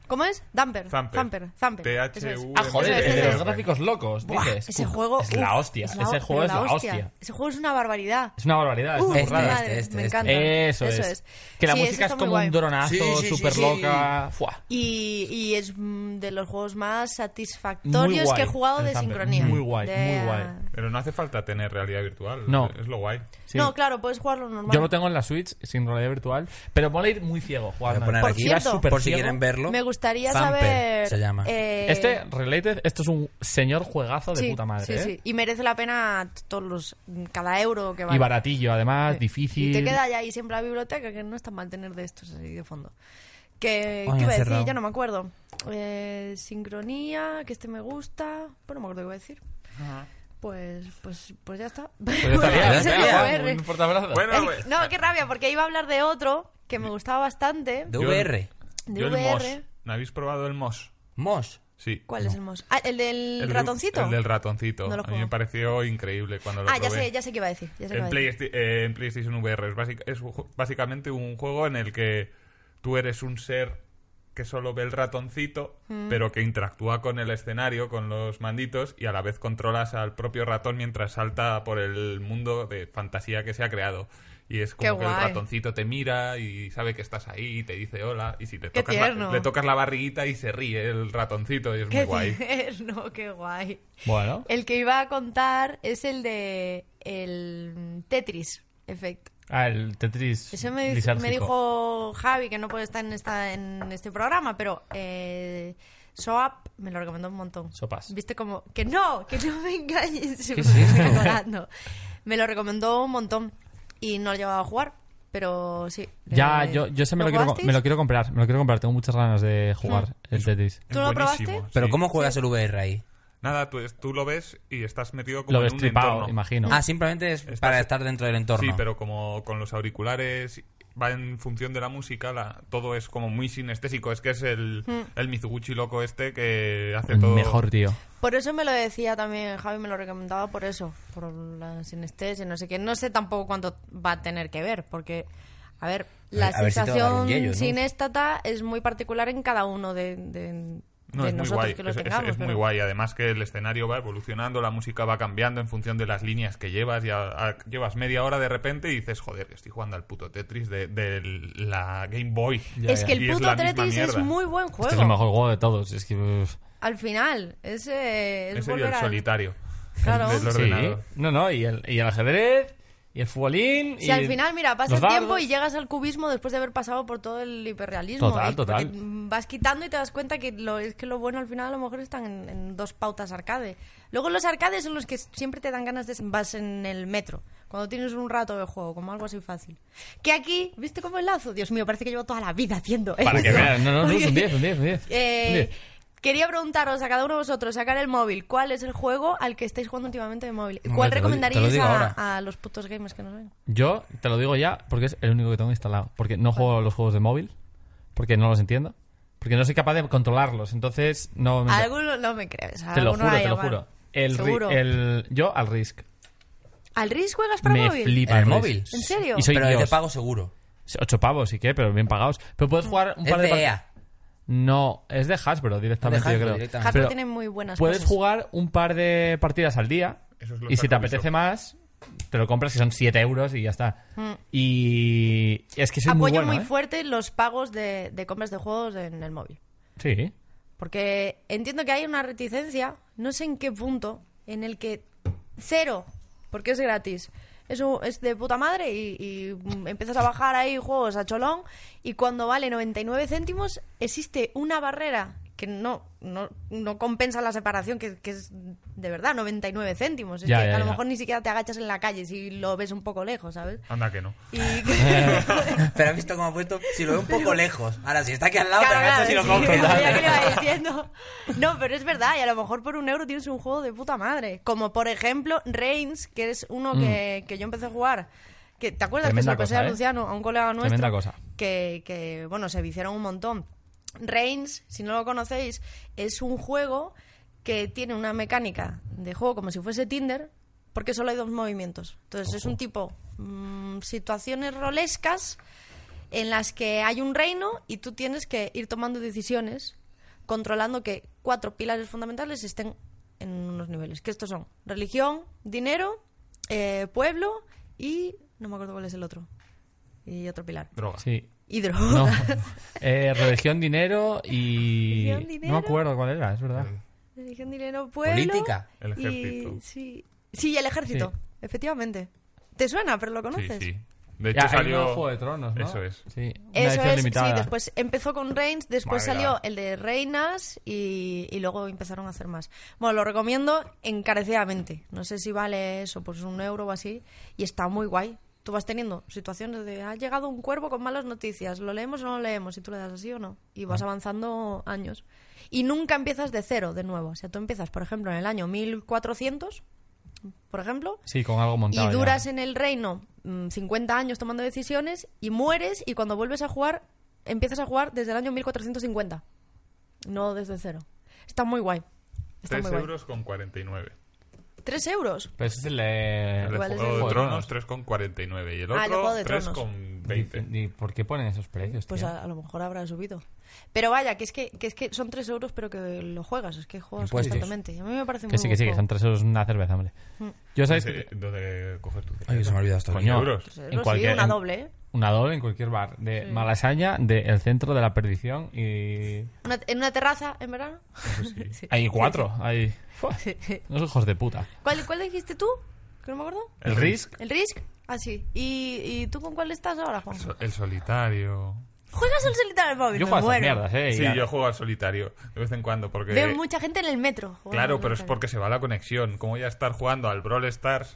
¿Cómo es? Damper. Zamper. Zamper. Zamper. T Eso H es. U Ah, joder, Eso es, el de eso los es. gráficos locos, Buah, dices. ese Uf, juego... es la uf, hostia. es la- Ese juego es pero la hostia. Ese juego es una barbaridad. Es una barbaridad, es Uh, una Este, burrada. madre, este, me este. encanta. Eso, Eso es. es. Que la Sí, ese música es está muy como un guay. dronazo Sí, sí, sí, súper sí. loca. Fuah. Y, y es mm, de los juegos más Muy satisfactorios guay, que he jugado el de Zamper. sincronía. Muy guay, De- muy guay. Pero no hace falta tener realidad virtual. No. Es lo guay. Sí. No, claro, puedes jugarlo normal. Yo lo tengo en la Switch sin realidad virtual, pero mola ir muy ciego Voy a jugando. poner Por aquí, cierto, súper por si ciego. quieren verlo. Me gustaría Zamper saber... se llama. eh, Este, Related, esto es un señor juegazo de sí, puta madre, sí, ¿eh? sí. Y merece la pena todos los... cada euro que vale. Y baratillo, además, Sí. difícil. Y te queda ya ahí siempre la biblioteca, que no está mal tener de estos así de fondo. Que, Ay, ¿Qué iba a decir? encerrado. Ya no me acuerdo. Eh, sincronía, que este me gusta... Pues no me acuerdo qué iba a decir. Pues, pues, pues ya está. Pues ya estaría, ya Ese es el estaría, O R. un portabrazo. Bueno, El- pues, no, qué rabia, porque iba a hablar de otro que me gustaba bastante. De Yo- V R. De yo el V Moss. R. ¿No habéis probado el Moss? Moss. Sí. ¿Cuál es el Moss? Ah, el del El- ratoncito. El del ratoncito. No lo a mí juego. me pareció increíble cuando lo Ah, ya probé. sé, ya sé qué iba a decir. Ya sé qué iba En, a decir. Playsta- eh, en PlayStation V R es, básic- es ju- básicamente un juego en el que tú eres un ser que solo ve el ratoncito, Mm. pero que interactúa con el escenario, con los manditos, y a la vez controlas al propio ratón mientras salta por el mundo de fantasía que se ha creado. Y es como Qué que el guay. ratoncito te mira y sabe que estás ahí y te dice hola. Y si le Qué tocas, la, tierno. le tocas la barriguita y se ríe el ratoncito y es Qué muy guay. tierno, qué guay. Bueno, El que iba a contar es el de el Tetris Effect. ah, el Tetris. Eso me, di- lisérgico. me dijo Javi, que no puede estar en esta en este programa, pero eh, Soap me lo recomendó un montón. Sopas. Viste como que no, que no me engañes. ¿Qué es esto? Recordando. Me lo recomendó un montón y no lo llevaba a jugar, pero sí. Ya, Eh, yo, yo se me lo, quiero, jugasteis? me lo quiero comprar. Me lo quiero comprar. Tengo muchas ganas de jugar el Tetris. ¿Tú lo Es probaste? buenísimo, Pero sí. ¿cómo juegas el V R ahí? Nada, tú, tú lo ves y estás metido como Lo en ves un tripado, entorno. imagino. Ah, simplemente es Estás- para estar dentro del entorno. Sí, pero como con los auriculares va en función de la música, la, todo es como muy sinestésico. Es que es el, el Mizuguchi loco este que hace El todo... mejor, tío. Por eso me lo decía también Javi, me lo recomendaba por eso, por la sinestesia, no sé qué. No sé tampoco cuánto va a tener que ver, porque, a ver, la A ver si te va a dar un sensación yello, ¿no? sinéstata es muy particular en cada uno de, de, No, de es muy nosotros guay, que lo es, es- tengamos. es muy pero- guay. Además que el escenario va evolucionando, la música va cambiando en función de las líneas que llevas. Ya a- llevas media hora de repente y dices, joder, estoy jugando al puto Tetris de, de la Game Boy. Ya, Es ya. que el Y es puto la misma Tetris es mierda. muy buen Este es el juego. mejor juego de todos. Es que. uf. Al final, es, eh, es Ese y volver el al- solitario. Claro. Del Sí. ordenador. No, no, y el, y el ajedrez, y el futbolín. Si y al final, mira, pasa los el tiempo dardos. y llegas al cubismo después de haber pasado por todo el hiperrealismo. Total, y- total. porque vas quitando y te das cuenta que lo, es que lo bueno al final a lo mejor están en, en dos pautas arcade. Luego los arcades son los que siempre te dan ganas de... Vas en el metro, cuando tienes un rato de juego, como algo así fácil. Que aquí, ¿viste cómo enlazo? Dios mío, parece que llevo toda la vida haciendo Para que esto. vean. No, no, no, Porque- es un diez, un diez, un diez. Eh, Un diez. Quería preguntaros a cada uno de vosotros, sacar el móvil, ¿cuál es el juego al que estáis jugando últimamente de móvil? Hombre, ¿Cuál te lo- recomendaríais te lo digo a, ahora. a los putos gamers que nos ven? Yo te lo digo ya porque es el único que tengo instalado. Porque no juego los juegos de móvil. Porque no los entiendo. Porque no soy capaz de controlarlos. Entonces, no me. Alguno no me crees. Te lo alguno juro, va a te lo llamar. juro. El, ri- Seguro. el, yo al Risk. ¿Al Risk juegas para Me móvil? flipa ¿En el Risk. móvil? ¿En serio? Y soy pero es de Dios. pago seguro. Ocho pavos, ¿y qué? Pero bien pagados. Pero puedes jugar un Es par de de part- E A. No, es de Hasbro directamente, De Hasbro yo creo. directamente. Hasbro Pero tiene muy buenas puedes cosas. jugar un par de partidas al día. Eso es lo Y si te saco apetece Ubisoft. más, te lo compras y son siete euros y ya está. Y es que soy muy Apoyo bueno, muy ¿eh? fuerte los pagos de, de compras de juegos en el móvil. Sí. Porque entiendo que hay una reticencia, no sé en qué punto, en el que cero, porque es gratis. Es, un- es de puta madre y, y mm, empiezas a bajar ahí juegos a cholón y cuando vale noventa y nueve céntimos existe una barrera que no, no, no compensa la separación, que, que es de verdad noventa y nueve céntimos. Es Ya, que ya, a lo ya. mejor ni siquiera te agachas en la calle si lo ves un poco lejos, ¿sabes? Anda que no. Y... Pero has visto cómo ha puesto, si lo veo un poco lejos. Ahora, si está aquí al lado, Claro, te agachas y lo claro, sí, compras. sabía que le iba diciendo. No, pero es verdad, y a lo mejor por un euro tienes un juego de puta madre. Como por ejemplo Reigns, que es uno que, que yo empecé a jugar. Que, ¿te acuerdas Tremenda que se lo pasé cosa, a ¿eh? Luciano, a un colega nuestro? Tremenda cosa. Que, que, bueno, se viciaron un montón. Reigns, si no lo conocéis, es un juego que tiene una mecánica de juego como si fuese Tinder, porque solo hay dos movimientos. Entonces es un tipo mm, situaciones rolescas en las que hay un reino y tú tienes que ir tomando decisiones controlando que cuatro pilares fundamentales estén en unos niveles. Que estos son religión, dinero, eh, pueblo y... no me acuerdo cuál es el otro. Y otro pilar. Droga. Sí. Y droga. No. Eh, religión, dinero y... Religión, dinero. No me acuerdo cuál era, es verdad. Religión, dinero, pueblo... Política. El ejército. Y... Sí. sí, el ejército, Sí. efectivamente. ¿Te suena? ¿Pero lo Sí, conoces? sí. De Ya, hecho hay un salió... nuevo Juego de Tronos, ¿no? Eso es. Sí, una Eso edición es, limitada. sí, después empezó con Reigns, después Madre salió mía. el de Reinas y, y luego empezaron a hacer más. Bueno, lo recomiendo encarecidamente. No sé si vale eso, pues un euro o así. Y está muy guay. Tú vas teniendo situaciones de ha llegado un cuervo con malas noticias, ¿lo leemos o no lo leemos? Y tú le das así o no. Y vas avanzando años. Y nunca empiezas de cero de nuevo. O sea, tú empiezas, por ejemplo, en el año mil cuatrocientos, por ejemplo, Sí, con algo montado y ya. duras en el reino mm, cincuenta años tomando decisiones y mueres y cuando vuelves a jugar empiezas a jugar desde el año mil cuatrocientos cincuenta, no desde cero. Está muy guay. Está tres muy guay. euros con cuarenta y nueve. ¿Tres euros? Pero ese es el de... El de ¿Cuál es Juego el- de Tronos, tres con cuarenta y nueve. Y el Ah, el de Juego otro, de tres Tronos. con veinte. ¿Y por qué ponen esos precios, Pues tío? a, a lo mejor habrá subido. Pero vaya, que es que, que es que son tres euros pero que lo juegas, es que juegas Impuestos. constantemente. A mí me parece muy Que sí, que sí, que buen son tres euros una cerveza, hombre. Mm. Yo sabéis Sí, que... ¿Dónde coger tu Ay, se me ha olvidado esto. Coño. euros? juego. en Euros, cualquier- sí, una en- doble, ¿eh? Una doble en cualquier bar. De Sí. Malasaña, del centro de la perdición y... Una- en una terraza en verano. Sí. Hay cuatro, hay... Fua, Sí. unos hijos de puta. ¿Cuál, ¿Cuál dijiste tú? Que no me acuerdo. El Risk, ¿El Risk? Ah, sí. ¿Y, ¿Y tú con cuál estás ahora, Juan? So- El solitario. ¿Juegas al solitario al móvil? yo Me juego a estas muero. mierdas, eh. Sí, ya. yo juego al solitario de vez en cuando porque... Veo mucha gente en el metro. jugando Claro, al pero es solitario. porque se va la conexión. ¿Cómo voy a estar jugando al Brawl Stars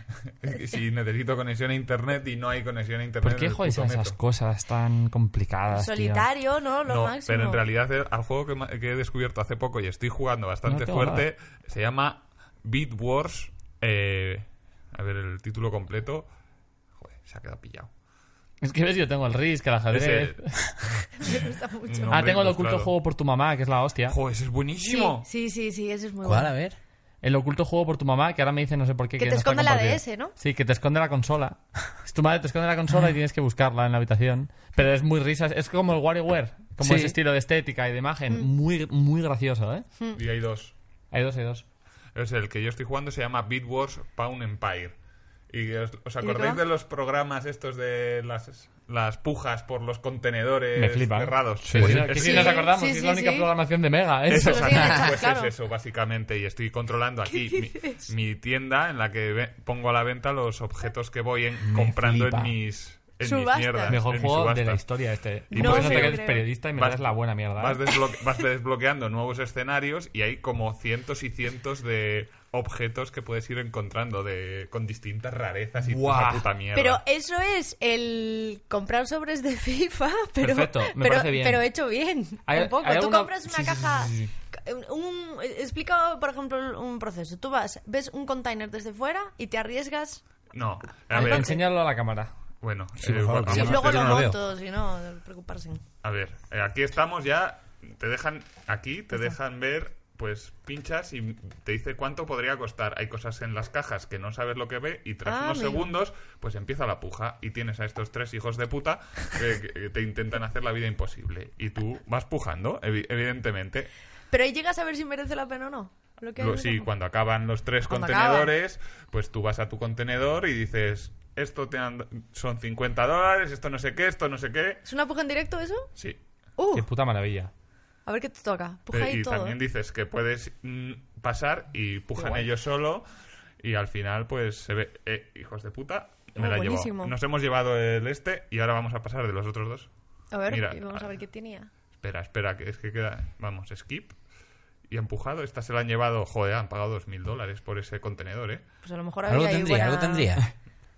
si necesito conexión a internet y no hay conexión a internet? ¿Por qué en el juegas a puto esas metro? cosas tan complicadas, tío? Solitario, ¿no? Lo No, máximo. pero en realidad eh, al juego que, ma- que he descubierto hace poco y estoy jugando bastante No tengo fuerte se llama Beat Wars. eh, a ver el título completo. Joder, se ha quedado pillado. Es que ves, yo tengo el Risk, el ajedrez... Ese- Me gusta mucho. No. Ah, Hombre, tengo el oculto ilustrado. juego por tu mamá, que es la hostia. Joder, ese es Sí, buenísimo. sí, sí, sí, ese es muy ¿Cuál? bueno. A ver. El oculto juego por tu mamá, que ahora me dice no sé por qué. Que te no está esconde la compartido. D S, ¿no? Sí, que te esconde la consola. Tu madre te esconde la consola y tienes que buscarla en la habitación. Pero es muy risas. Es como el WarioWare. Como Sí. ese estilo de estética y de imagen. Mm. Muy, muy gracioso, ¿eh? Y hay dos. Hay dos, hay dos. Es el que yo estoy jugando, se llama Beat Wars Pawn Empire. ¿Y os, os ¿Y de qué acordáis va? de los programas estos de las, las pujas por los contenedores Me flipa. cerrados? Sí, Pues sí, es- que es- sí, Sí, nos acordamos. sí, que es sí, la única sí. programación de Mega, ¿eh? Eso, Pero es, sí, hecho, pues claro. es eso, básicamente. Y estoy controlando aquí mi, mi tienda en la que ve- pongo a la venta los objetos que voy en- comprando flipa. en mis, en mis Subastas. mierdas. Mejor en mis juego de la subastas. historia este. Y Y No por me eso lo te eres creo. periodista y me Vas- das la buena mierda. Vas, ¿eh? desbloque- vas desbloqueando nuevos escenarios y hay como cientos y cientos de objetos que puedes ir encontrando de con distintas rarezas y Buah. toda puta mierda. Pero eso es el comprar sobres de FIFA, pero, Perfecto, me pero, parece bien. pero hecho bien. Hay- un poco. hay Tú alguna- compras una sí, sí, caja. sí, sí, Un, explica, por ejemplo, un proceso. Tú vas, ves un container desde fuera y te arriesgas. No, a Al ver, bloque. Enséñalo a la cámara. bueno, Sí, por eh, favor, vamos que Y Sí, a luego es que lo no lo veo. monto, si no, no preocuparse. A ver, eh, aquí estamos ya, te dejan, aquí te dejan ver, pues pinchas y te dice cuánto podría costar. Hay cosas en las cajas que no sabes lo que ve y tras Ah, unos amigo. segundos, pues empieza la puja y tienes a estos tres hijos de puta que, que te intentan hacer la vida imposible. Y tú vas pujando, evi- evidentemente. Pero ahí llegas a ver si merece la pena o no. Lo que hay Lo- en sí, esa- cuando acaban los tres Cuando contenedores, pues tú vas a tu contenedor y dices, esto te han- son cincuenta dólares, esto no sé qué, esto no sé qué. ¿Es una puja en directo eso? Sí. Uh, Qué puta maravilla. a ver qué te toca. Puja Eh, ahí y todo. también ¿eh? dices que puedes mm, pasar y pujan guay. ellos solo y al final pues se ve, eh, hijos de puta, me Oh, la llevo. buenísimo. Nos hemos llevado el este y ahora vamos a pasar de los otros dos. A ver, Mira, y vamos a ah. ver qué tenía. Espera, espera, que es que queda, vamos, skip. Y empujado, esta se la han llevado, joder, han pagado dos mil dólares por ese contenedor, ¿eh? Pues a lo mejor Algo había ahí tendría, buena, algo tendría.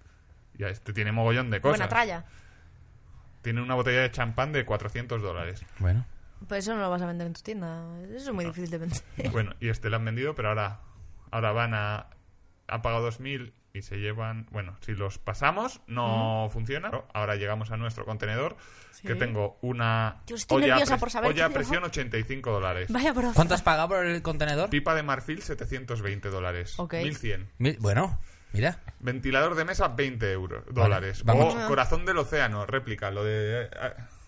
Ya, este tiene mogollón de cosas. buena tralla. Tiene una botella de champán de cuatrocientos dólares. Bueno. Pues eso no lo vas a vender en tu tienda. Eso es muy difícil de vender. Bueno, y este lo han vendido, pero ahora, ahora van a... Ha pagado dos mil y se llevan... Bueno, si los pasamos, no funciona. Pero ahora llegamos a nuestro contenedor, Sí. que tengo una Yo estoy olla, a nerviosa pres- por saber olla a qué presión ochenta y cinco dólares. Vaya broza. ¿Cuánto has pagado por el contenedor? Pipa de marfil setecientos veinte dólares. Ok. mil cien. Mil- Bueno, mira. Ventilador de mesa veinte euros, dólares. vamos. O corazón del océano, réplica, lo de... eh,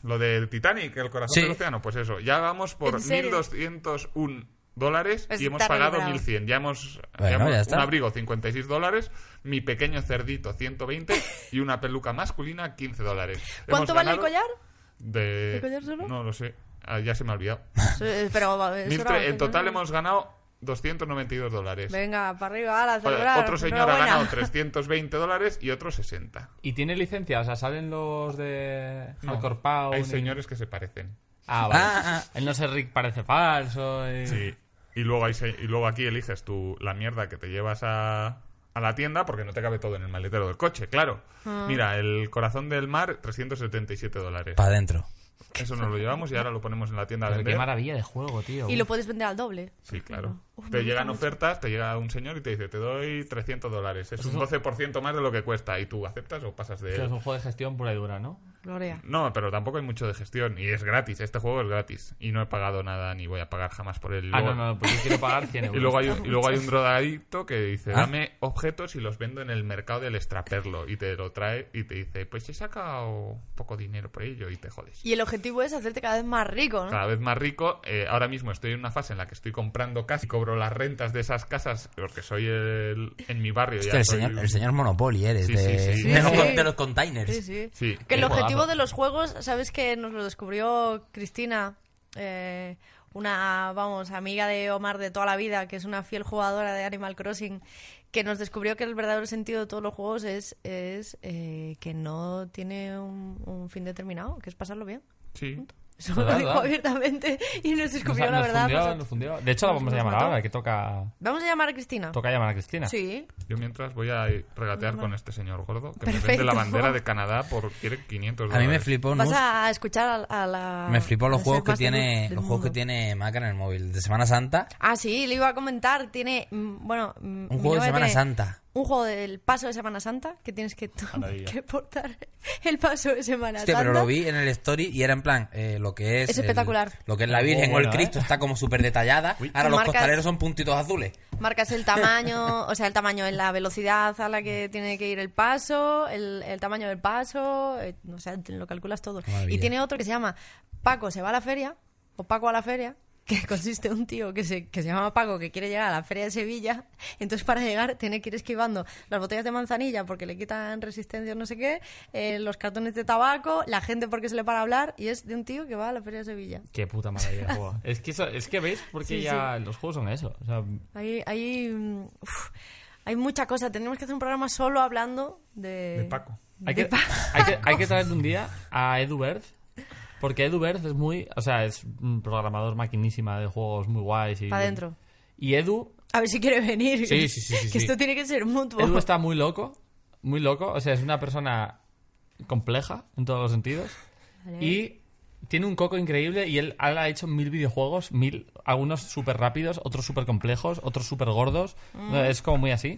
Lo de Titanic, el corazón Sí. del océano, pues eso. Ya vamos por ¿En serio? mil doscientos uno dólares Pues y hemos está pagado recuperado. mil cien. Ya hemos, Bueno, ya hemos- ya está. un abrigo cincuenta y seis dólares, mi pequeño cerdito ciento veinte y una peluca masculina quince dólares. ¿Cuánto Hemos vale el ganado collar? De... ¿El collar solo? No lo sé. Ah, ya se me ha olvidado. Eh, Pero eso Mil era- tre- en total hemos ganado doscientos noventa y dos dólares. Venga, para arriba, ala, Oye, celebrar. Otro señor ha enhorabuena. ganado trescientos veinte dólares y otro sesenta. ¿Y tiene licencia? O sea, ¿salen los de No, Hardcore Pound hay y- señores que se parecen. Ah, vale. Ah, ah. El no sé Rick parece falso. y- Sí. Y luego, hay se- y luego aquí eliges tú la mierda que te llevas a, a la tienda porque no te cabe todo en el maletero del coche, claro. Ah. Mira, el corazón del mar, trescientos setenta y siete dólares. Para adentro. Eso nos lo llevamos y ahora lo ponemos en la tienda a Pero vender. qué maravilla de juego, tío. Y lo puedes vender al doble. Sí, claro. Uf, me te gusta llegan mucho. ofertas, te llega un señor y te dice, te doy trescientos dólares. Es un doce por ciento más de lo que cuesta. Y tú aceptas o pasas de O sea, es él. un juego de gestión pura y dura, ¿no? Gloria. No, pero tampoco hay mucho de gestión. Y es gratis. Este juego es gratis. Y no he pagado nada ni voy a pagar jamás por él. Y Ah, luego- no, no, pues yo quiero pagar cien euros. Y luego, hay un, y luego hay un drogadicto que dice, ¿Ah? dame objetos y los vendo en el mercado del extraperlo. Y te lo trae y te dice, pues he sacado poco dinero por ello y te jodes. Y el objetivo es hacerte cada vez más rico, ¿no? Cada vez más rico. Eh, ahora mismo estoy en una fase en la que estoy comprando casas y cobro las rentas de esas casas porque soy el, en mi barrio. Hostia, ya el soy señor, un- el señor Monopoly eres, Sí, de, sí, sí. de, los, Sí, sí. de los containers. Sí, sí. Sí. Que el Qué objetivo juegazo. de los juegos, ¿sabes que nos lo descubrió Cristina? Eh, una, vamos, amiga de Omar de toda la vida, que es una fiel jugadora de Animal Crossing, que nos descubrió que el verdadero sentido de todos los juegos es, es eh, que no tiene un, un fin determinado, que es pasarlo bien. Sí. Eso ¿Verdad, lo dijo verdad? abiertamente y nos Nos, descubrió la nos verdad. fundió, pues, nos fundió. De hecho, la nos- vamos a nos llamar mató. ahora, que toca, Vamos a llamar a Cristina. toca llamar a Cristina. Sí. Yo mientras voy a ir regatear con este señor gordo que me Perfecto. vende la bandera de Canadá por quiere quinientos A dólares. mí me flipó, Vas Nus, a escuchar a, a la... me flipó los a juegos que más de luz tiene, del los juegos que mundo. tiene Maca en el móvil. De Semana Santa, Ah, sí, le iba a comentar. Tiene, mm, bueno... mm, un mi juego de novia Semana tiene Santa. Un juego del paso de Semana Santa, que tienes que, Maravilla. que portar el paso de Semana Hostia, Santa. pero lo vi en el story y era en plan, eh, lo que es... Es el- espectacular. lo que es la Virgen Oh, o el bueno, Cristo ¿eh? está como súper detallada. Ahora los Marcas- costaleros son puntitos azules. Marcas el tamaño, o sea, el tamaño en la velocidad a la que tiene que ir el paso, el, el tamaño del paso, eh, o sea, te lo calculas todo. Qué maravilla. Y tiene otro que se llama Paco se va a la feria, o Paco a la feria, que consiste en un tío que se, que se llama Paco, que quiere llegar a la feria de Sevilla, entonces para llegar tiene que ir esquivando las botellas de manzanilla porque le quitan resistencia no sé qué, eh, los cartones de tabaco, la gente porque se le para hablar, y es de un tío que va a la feria de Sevilla. Qué puta maravilla de juego. Es que, eso- es que veis, porque Sí, ya los juegos son eso. O sea, Hay, hay, mm, uf, hay mucha cosa, tenemos que hacer un programa solo hablando de... De Paco. hay, de que, Pa- hay, que, hay que traer un día a Edu Berth. Porque Edu Berth es muy... O sea, es un programador maquinísima de juegos muy guays. Y, Pa' dentro. Y Edu... A ver si quiere venir. Sí, sí, sí, sí, Que sí. esto tiene que ser mutuo. Edu está muy loco. Muy loco. O sea, es una persona compleja en todos los sentidos. Vale. Y tiene un coco increíble y él ha hecho mil videojuegos, mil, algunos súper rápidos, otros súper complejos, otros súper gordos. Mm. Es como muy así.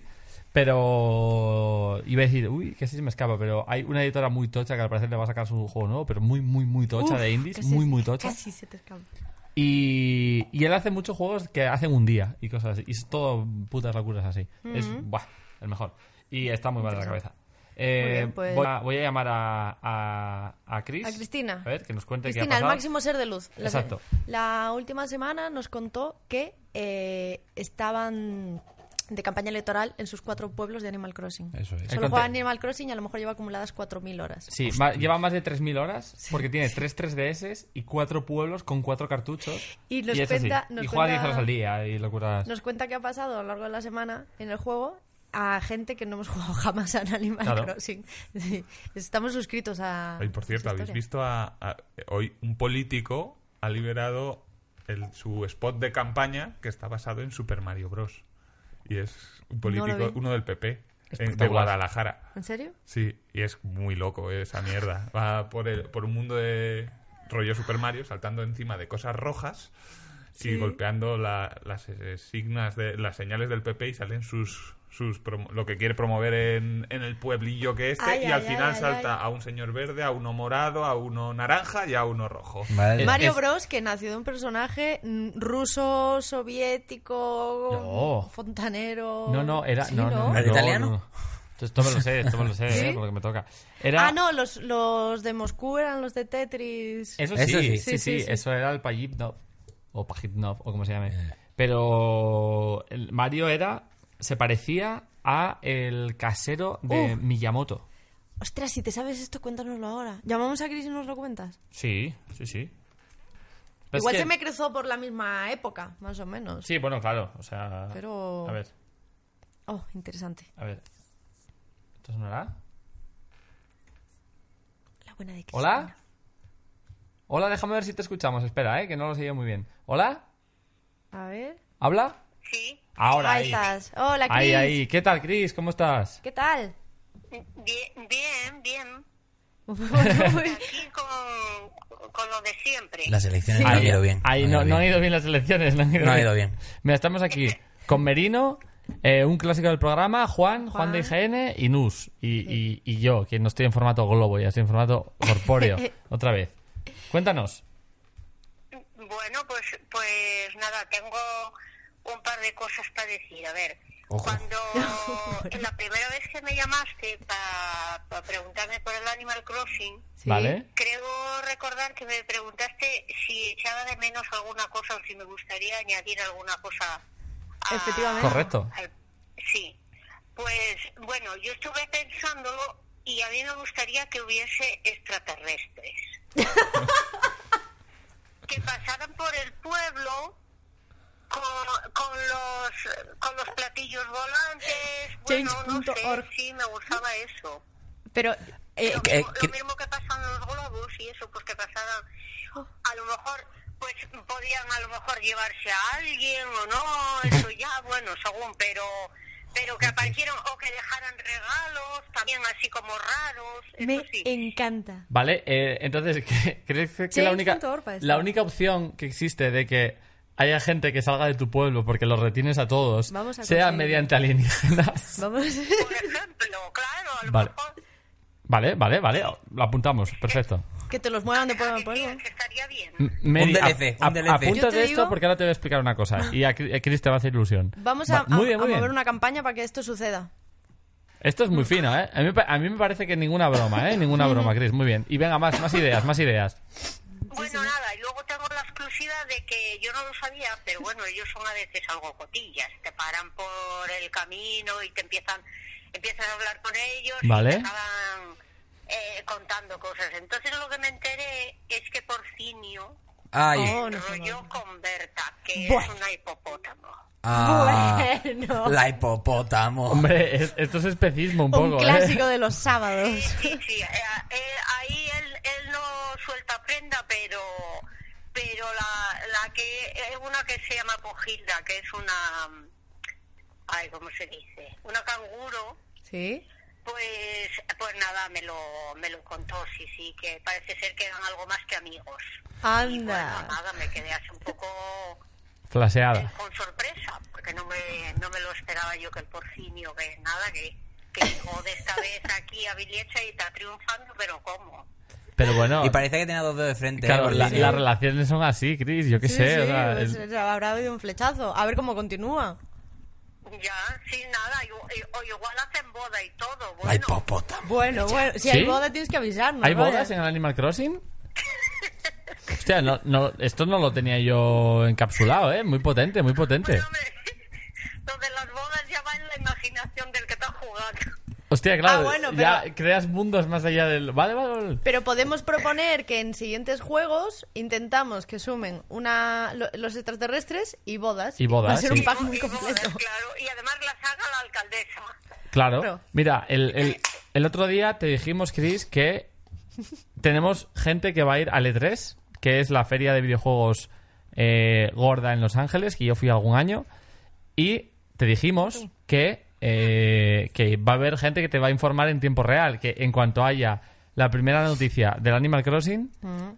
Pero iba a decir, uy, que así se me escapa, pero hay una editora muy tocha que al parecer le va a sacar su juego nuevo, pero muy, muy, muy tocha Uf, de indies, casi- muy, muy tocha. Casi se te escapa. Y, y él hace muchos juegos que hacen un día y cosas así. Y es todo putas locuras así. Es, buah, el mejor. Y está muy mal de la cabeza. Eh, Muy bien, pues- voy, a, voy a llamar a, a, a Chris. A Cristina. A ver, que nos cuente qué Cristina, ha el pasado. máximo ser de luz. La, Exacto. la última semana nos contó que eh, estaban de campaña electoral en sus cuatro pueblos de Animal Crossing. Eso es. El Solo conte- juega Animal Crossing y a lo mejor lleva acumuladas cuatro mil horas. Sí, va- lleva más de tres mil horas porque tiene tres tres D S y cuatro pueblos con cuatro cartuchos. Y nos es así. cuenta- nos y juega cuenta- diez horas al día y locuras. Nos cuenta qué ha pasado a lo largo de la semana en el juego a gente que no hemos jugado jamás a Animal Claro. Crossing. Sí, estamos suscritos a... Ay, por cierto, esa ¿habéis historia. visto a, a- hoy un político ha liberado el, su spot de campaña que está basado en Super Mario Bros. Y es un político, No lo vi. uno del P P, eh, de Espectacular. Guadalajara. ¿En serio? Sí, y es muy loco esa mierda. Va por, el, por un mundo de rollo Super Mario, saltando encima de cosas rojas y Sí. golpeando la- las eh, signas de las señales del P P y salen sus sus promo- lo que quiere promover en, en el pueblillo que este Ay, y ay, al ay, final ay, salta ay. a un señor verde, a uno morado, a uno naranja y a uno rojo. Vale. Es- Mario es- Bros, que nació de un personaje mm, ruso, soviético, No. fontanero... No, no, era. Sí, no, no, ¿Era no, italiano? no. Esto me lo sé, esto me lo sé, ¿Sí? ¿eh? Porque me toca. Era... Ah, no, los, los de Moscú eran los de Tetris. Eso Eso sí, sí. sí, sí, Sí, sí, sí. eso era el Pajitnov. O Pajitnov, o como se llame. Pero el Mario era... Se parecía a el casero de Uh. Miyamoto. Ostras, si te sabes esto, cuéntanoslo ahora. ¿Llamamos a Chris y nos lo cuentas? Sí, sí, sí. Pero Igual es que- se me cruzó por la misma época, más o menos. Sí, bueno, claro, o sea... Pero... A ver, Oh, interesante. a ver. ¿Esto sonará? La buena de Chris. ¿Hola? Hola, déjame ver si te escuchamos. Espera, eh, que no lo sé yo muy bien. ¿Hola? A ver. ¿Habla? Sí, Ahora, Ahí ahí. estás. Hola, Chris. Ahí, ahí. ¿Qué tal, Chris? ¿Cómo estás? ¿Qué tal? bien, bien, bien. Uy, Aquí con, con lo de siempre. Las elecciones Sí. no han ido bien. Ahí no, no han ido bien las elecciones. No han ido, No ha bien. ido bien. Mira, estamos aquí con Merino, eh, un clásico del programa, Juan, Juan, Juan. de I G N y Nus. Y, y, y yo, que no estoy en formato globo, ya estoy en formato corpóreo. Otra vez. Cuéntanos. Bueno, pues, pues nada, tengo un par de cosas para decir. A ver, Ojo. cuando la primera vez que me llamaste para preguntarme por el Animal Crossing, Sí. ¿Vale? creo recordar que me preguntaste si echaba de menos alguna cosa o si me gustaría añadir alguna cosa. a- Efectivamente. Correcto. al- sí. Pues bueno, yo estuve pensándolo y a mí me gustaría que hubiese extraterrestres. Que pasaran por el pueblo con, con los con los platillos volantes. Bueno, no Change punto org. sé, sí, me gustaba eso. Pero... eh, Lo, que- mismo, que- lo mismo que pasan los globos y eso, pues que pasaran, a lo mejor, pues podían a lo mejor llevarse a alguien o no, eso ya, bueno, según, pero pero que aparecieran o que dejaran regalos, también así como raros, eso me sí. encanta. Vale, eh, entonces, ¿qué- ¿crees que la única, Change punto org para esto. la única opción que existe de que haya gente que salga de tu pueblo porque los retienes a todos Vamos a sea conseguirlo. mediante alienígenas? Vamos. Por ejemplo, claro, a lo Vale. mejor... Vale, vale, vale, lo apuntamos, perfecto. Que te los muevan de pueblo a que pueblo. sí, que estaría bien. M- Mary, Un D L C, a- un D L C. a- apúntate Yo te esto digo- porque ahora te voy a explicar una cosa. Y a, Cri- a Chris te va a hacer ilusión. Vamos Va- a, muy a- bien, muy a bien. mover una campaña para que esto suceda. Esto es muy fino, ¿eh? A mí, me pa- a mí me parece que ninguna broma, ¿eh? Ninguna broma, Chris. Muy bien. Y venga, más, más ideas, más ideas. Bueno, nada, y luego tengo la exclusiva de que yo no lo sabía, pero bueno, ellos son a veces algo cotillas. Te paran por el camino y te empiezan, empiezas a hablar con ellos Vale. y te acaban eh, contando cosas. Entonces lo que me enteré es que Porcinio Ay. Oh, no sé, enrolló no. con Berta, que Bueno. es una hipopótamo. Ah, Bueno. la hipopótamo. Hombre, es- esto es especismo un poco, Un ¿eh? clásico de los sábados. Sí, sí, eh, eh, ahí él, él no suelta prenda, pero pero la, la que es una que se llama Pogilda, que es una, ay, ¿cómo se dice? Una canguro, ¿Sí? pues pues nada, me lo me lo contó, sí, sí, que parece ser que eran algo más que amigos. Y bueno, Anda. nada, me quedé así un poco Flaseada. con sorpresa, porque no me no me lo esperaba yo que el Porcinio, que nada, que que llegó de esta vez aquí a Viliecha y está triunfando, pero ¿cómo? Pero bueno, Y parece que tenía dos dedos de frente. claro, ¿eh? la- Porque- las relaciones son así, Chris. Yo qué Sí, sé. sí, o sea, pues, es- habrá habido un flechazo. A ver cómo continúa. Ya, sí, nada, y- y- o igual hacen boda y todo, La bueno. hipopótamo. Bueno, bueno. Si ¿Sí? hay boda tienes que avisarnos. ¿Hay vaya. bodas en el Animal Crossing? Hostia, no, no, esto no lo tenía yo encapsulado, ¿eh? Muy potente, muy potente. Pues, hombre, lo de las bodas ya va en la imaginación del que está jugando. Hostia, claro, Ah, bueno, ya pero- creas mundos más allá del... Vale, vale, vale. Pero podemos proponer que en siguientes juegos intentamos que sumen una lo- los extraterrestres y bodas. Y bodas, Va a ser sí. un pack muy Y bodas, completo. claro, y además las haga la alcaldesa. Claro. Claro. Mira, el, el, el otro día te dijimos, Chris, que tenemos gente que va a ir al E tres, que es la feria de videojuegos eh, gorda en Los Ángeles, que yo fui algún año, y te dijimos que, eh, que va a haber gente que te va a informar en tiempo real, que en cuanto haya la primera noticia del Animal Crossing,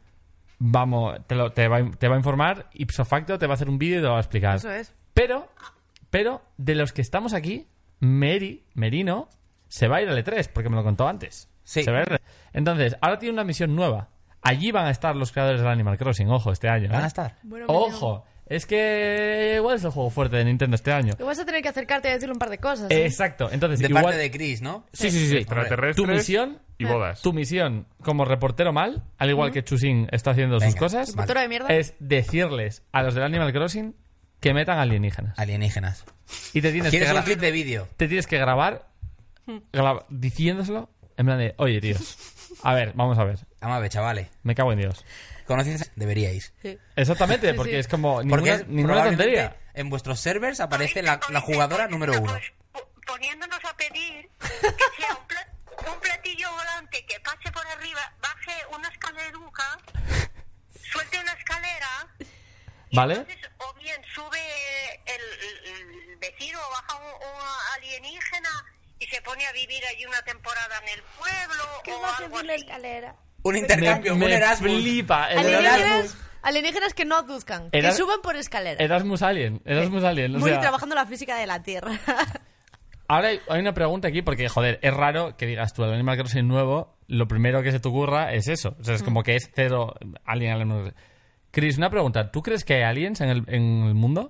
vamos, te, lo- te, va, a- te va a informar, ipso facto, te va a hacer un vídeo y te lo va a explicar. Eso es. Pero, pero, de los que estamos aquí, Mary, Merino, se va a ir al E tres, porque me lo contó antes. Sí. Se va a ir- Entonces, ahora tiene una misión nueva. Allí van a estar los creadores del Animal Crossing, ojo, este año. ¿eh? Van a estar. Bueno, que Ojo, es que igual es el juego fuerte de Nintendo este año. Y vas a tener que acercarte a decirle un par de cosas. ¿eh? Exacto, entonces De igual... parte de Chris, ¿no? Sí, sí, sí, sí. Extraterrestres Tu misión, y bodas. tu misión como reportero mal, al igual que Chusin está haciendo sus Venga, cosas, ¿Reportero de mierda? es decirles a los del Animal Crossing que metan alienígenas. Alienígenas. Y te tienes que ¿Quieres un gra- clip de vídeo? te tienes que grabar graba- diciéndoselo en plan de, oye, tíos, a ver, vamos a ver, Vamos a ver, chavales. me cago en Dios. ¿Conocéis? Deberíais. Sí. Exactamente, Sí, porque sí. es como Porque ninguna, es ninguna probablemente tontería. en vuestros servers aparece la, la jugadora número uno. Pues, po- poniéndonos a pedir que sea un, pla- un platillo volante que pase por arriba, baje una escaleruca, suelte una escalera, y ¿Vale? entonces o bien sube el, el vecino o baja un, un alienígena y se pone a vivir allí una temporada en el pueblo o algo así. escalera? Un Me, intercambio, un me Erasmus. flipa. El Alienígenas, Erasmus, alienígenas que no aduzcan, Eras- que suban por escalera. Erasmus Alien. Erasmus Alien. o Muy sea, trabajando la física de la Tierra. ahora hay, hay una pregunta aquí porque, joder, es raro que digas tú el Animal Crossing nuevo, lo primero que se te ocurra es eso. O sea, es como que es cero alien. alien. Chris, una pregunta. ¿Tú crees que hay aliens en el, en el mundo?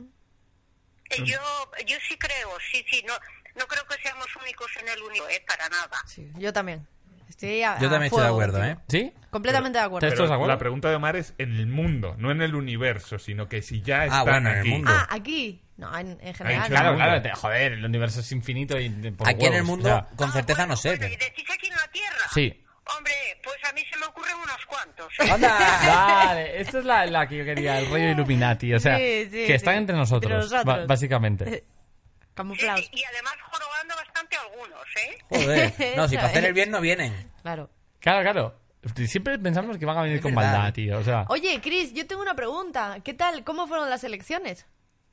Eh, Yo, yo sí creo, sí, sí, no, no creo que seamos únicos en el universo, eh, para nada. Sí, yo también. Estoy a, Yo a también estoy de fuego acuerdo, contigo. ¿eh? ¿Sí? Completamente de acuerdo. ¿Te- ¿Estás de Pero acuerdo? la pregunta de Omar es en el mundo, no en el universo, sino que si ya están bueno, en el aquí. mundo. Ah, aquí. No, en, en general. dicho Claro, el claro. mundo. te- joder, el universo es infinito y... por Aquí en el huevos, mundo, o sea, con certeza Ah, no sé. bueno, ¿y pero- decís aquí en la Tierra? sí. Hombre, pues a mí se me ocurren unos cuantos. ¿eh? ¡Anda! Vale, esta es la, la que yo quería, el rollo Illuminati. O sea, Sí, sí, que están sí. entre nosotros, Entre nosotros. ba- básicamente. Camuflados. Sí, y además jorobando bastante algunos, ¿eh? Joder. No, si para Eso hacer es. el bien no vienen. Claro. Claro, claro. Siempre pensamos que van a venir Es con verdad. maldad, tío. O sea, Oye, Chris, yo tengo una pregunta. ¿Qué tal? ¿Cómo fueron las elecciones?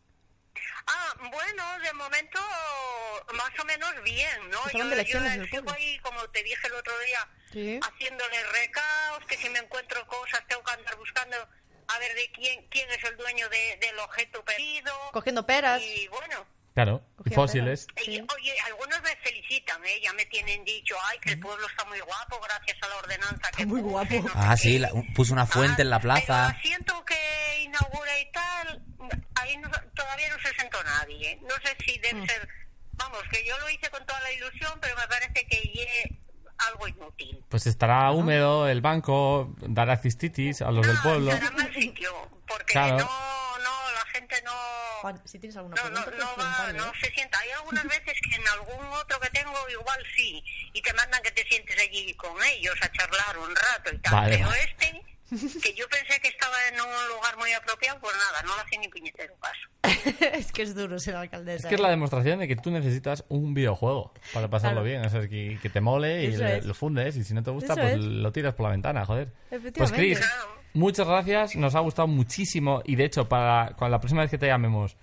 Ah, bueno, de momento más o menos bien, ¿no? Pues Yo, hablan de yo elecciones en el sigo pueblo. ahí, como te dije el otro día, Sí. haciéndole recaos, que si me encuentro cosas tengo que andar buscando a ver de quién quién es el dueño de, del objeto perdido. Cogiendo peras. Y bueno, claro. Y Cogía fósiles. y, Sí. oye, algunos me felicitan, ¿eh? Ya me tienen dicho, ay, que el pueblo está muy guapo gracias a la ordenanza que muy puse, guapo. no sé Ah, sí, qué. la- puso una fuente en la Pero plaza. asiento que inaugura y tal, ahí no- todavía no se sentó nadie. ¿eh? No sé si Mm. debe ser, vamos, que yo lo hice con toda la ilusión, pero me parece que es algo inútil. Pues estará húmedo el banco, dará cistitis a los del No, pueblo. será mal sitio, porque Claro. no, no, la gente no... Juan, si tienes alguna No, no, pregunta, no puedes va, preguntarme, no ¿eh? se sienta. Hay algunas veces que en algún otro que tengo igual sí, y te mandan que te sientes allí con ellos a charlar un rato y tal. Vale, Pero vale. este, que yo pensé que estaba en un lugar muy apropiado, pues nada, no le hacía ni puñetero caso. Es que es duro ser alcaldesa. Es que es la ¿eh? demostración de que tú necesitas un videojuego para pasarlo Claro. bien. O sea, que, que te mole y Eso le- es. lo fundes. Y si no te gusta, Eso pues es. lo tiras por la ventana, joder. Pues Efectivamente. Chris, Claro. muchas gracias. Nos ha gustado muchísimo. Y de hecho, para con la próxima vez que te llamemos,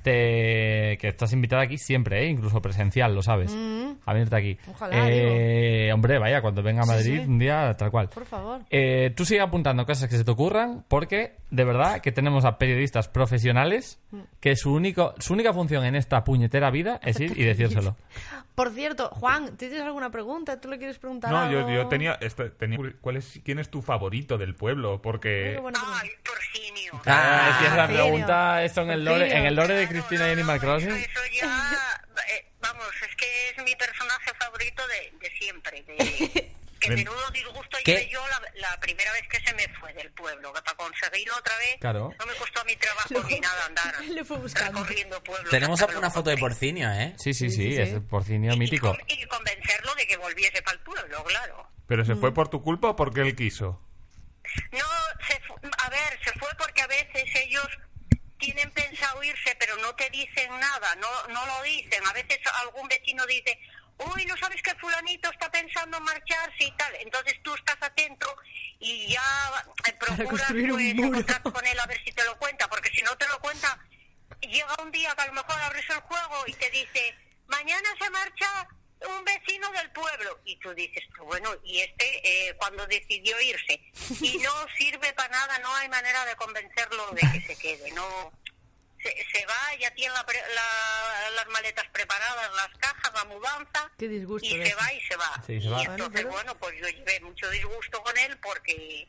te, que estás invitada aquí siempre, ¿eh? Incluso presencial, lo sabes. A venirte aquí. Mm. Ojalá, Eh, hombre, vaya, cuando venga a Sí, Madrid sí. un día, tal cual. Por favor. Eh, tú sigue apuntando cosas que se te ocurran porque de verdad que tenemos a periodistas profesionales que su único su única función en esta puñetera vida es ir y decírselo. Por cierto, Juan, ¿tienes alguna pregunta? ¿Tú le quieres preguntar No, algo? yo, yo tenía, este, tenía... ¿Cuál es, ¿Quién es tu favorito del pueblo? Porque... Qué buena pregunta. Ay, Porcinio. Ah, es que esa Porcinio. pregunta esto en el lore, Porcinio. en el lore de Claro, Cristina y no, Animal no, Crossing. Eso, eso ya, eh, vamos, es que es mi personaje favorito de, de siempre. De, que Ven. menudo disgusto ¿Qué? hice yo la, la primera vez que se me fue del pueblo, que para conseguirlo otra vez Claro. no me costó a mi trabajo ni nada andar Le fue buscando. recorriendo pueblos. Tenemos hasta que una lo foto de encontré. porcinio, ¿eh? Sí, sí, Sí, sí, sí, es sí. el porcinio Y, mítico. con- y convencerlo de que volviese para el pueblo, claro. ¿Pero Mm. se fue por tu culpa o porque él quiso? No, se fu- a ver, se fue porque a veces ellos tienen pensado irse, pero no te dicen nada, no no lo dicen. A veces algún vecino dice, uy, ¿no sabes que fulanito está pensando en marcharse y tal? Entonces tú estás atento y ya eh, procuras construir un pues, muro. encontrar con él a ver si te lo cuenta, porque si no te lo cuenta, llega un día que a lo mejor abres el juego y te dice, mañana se marcha un vecino del pueblo, y tú dices, pues bueno, y este eh, cuando decidió irse, y no sirve para nada, no hay manera de convencerlo de que se quede, no se, se va, ya tiene la pre- la- las maletas preparadas, las cajas, la mudanza, Qué disgusto y de se eso. va y se va. Sí, se va. Y Bueno, entonces, pero- bueno, pues yo llevé mucho disgusto con él porque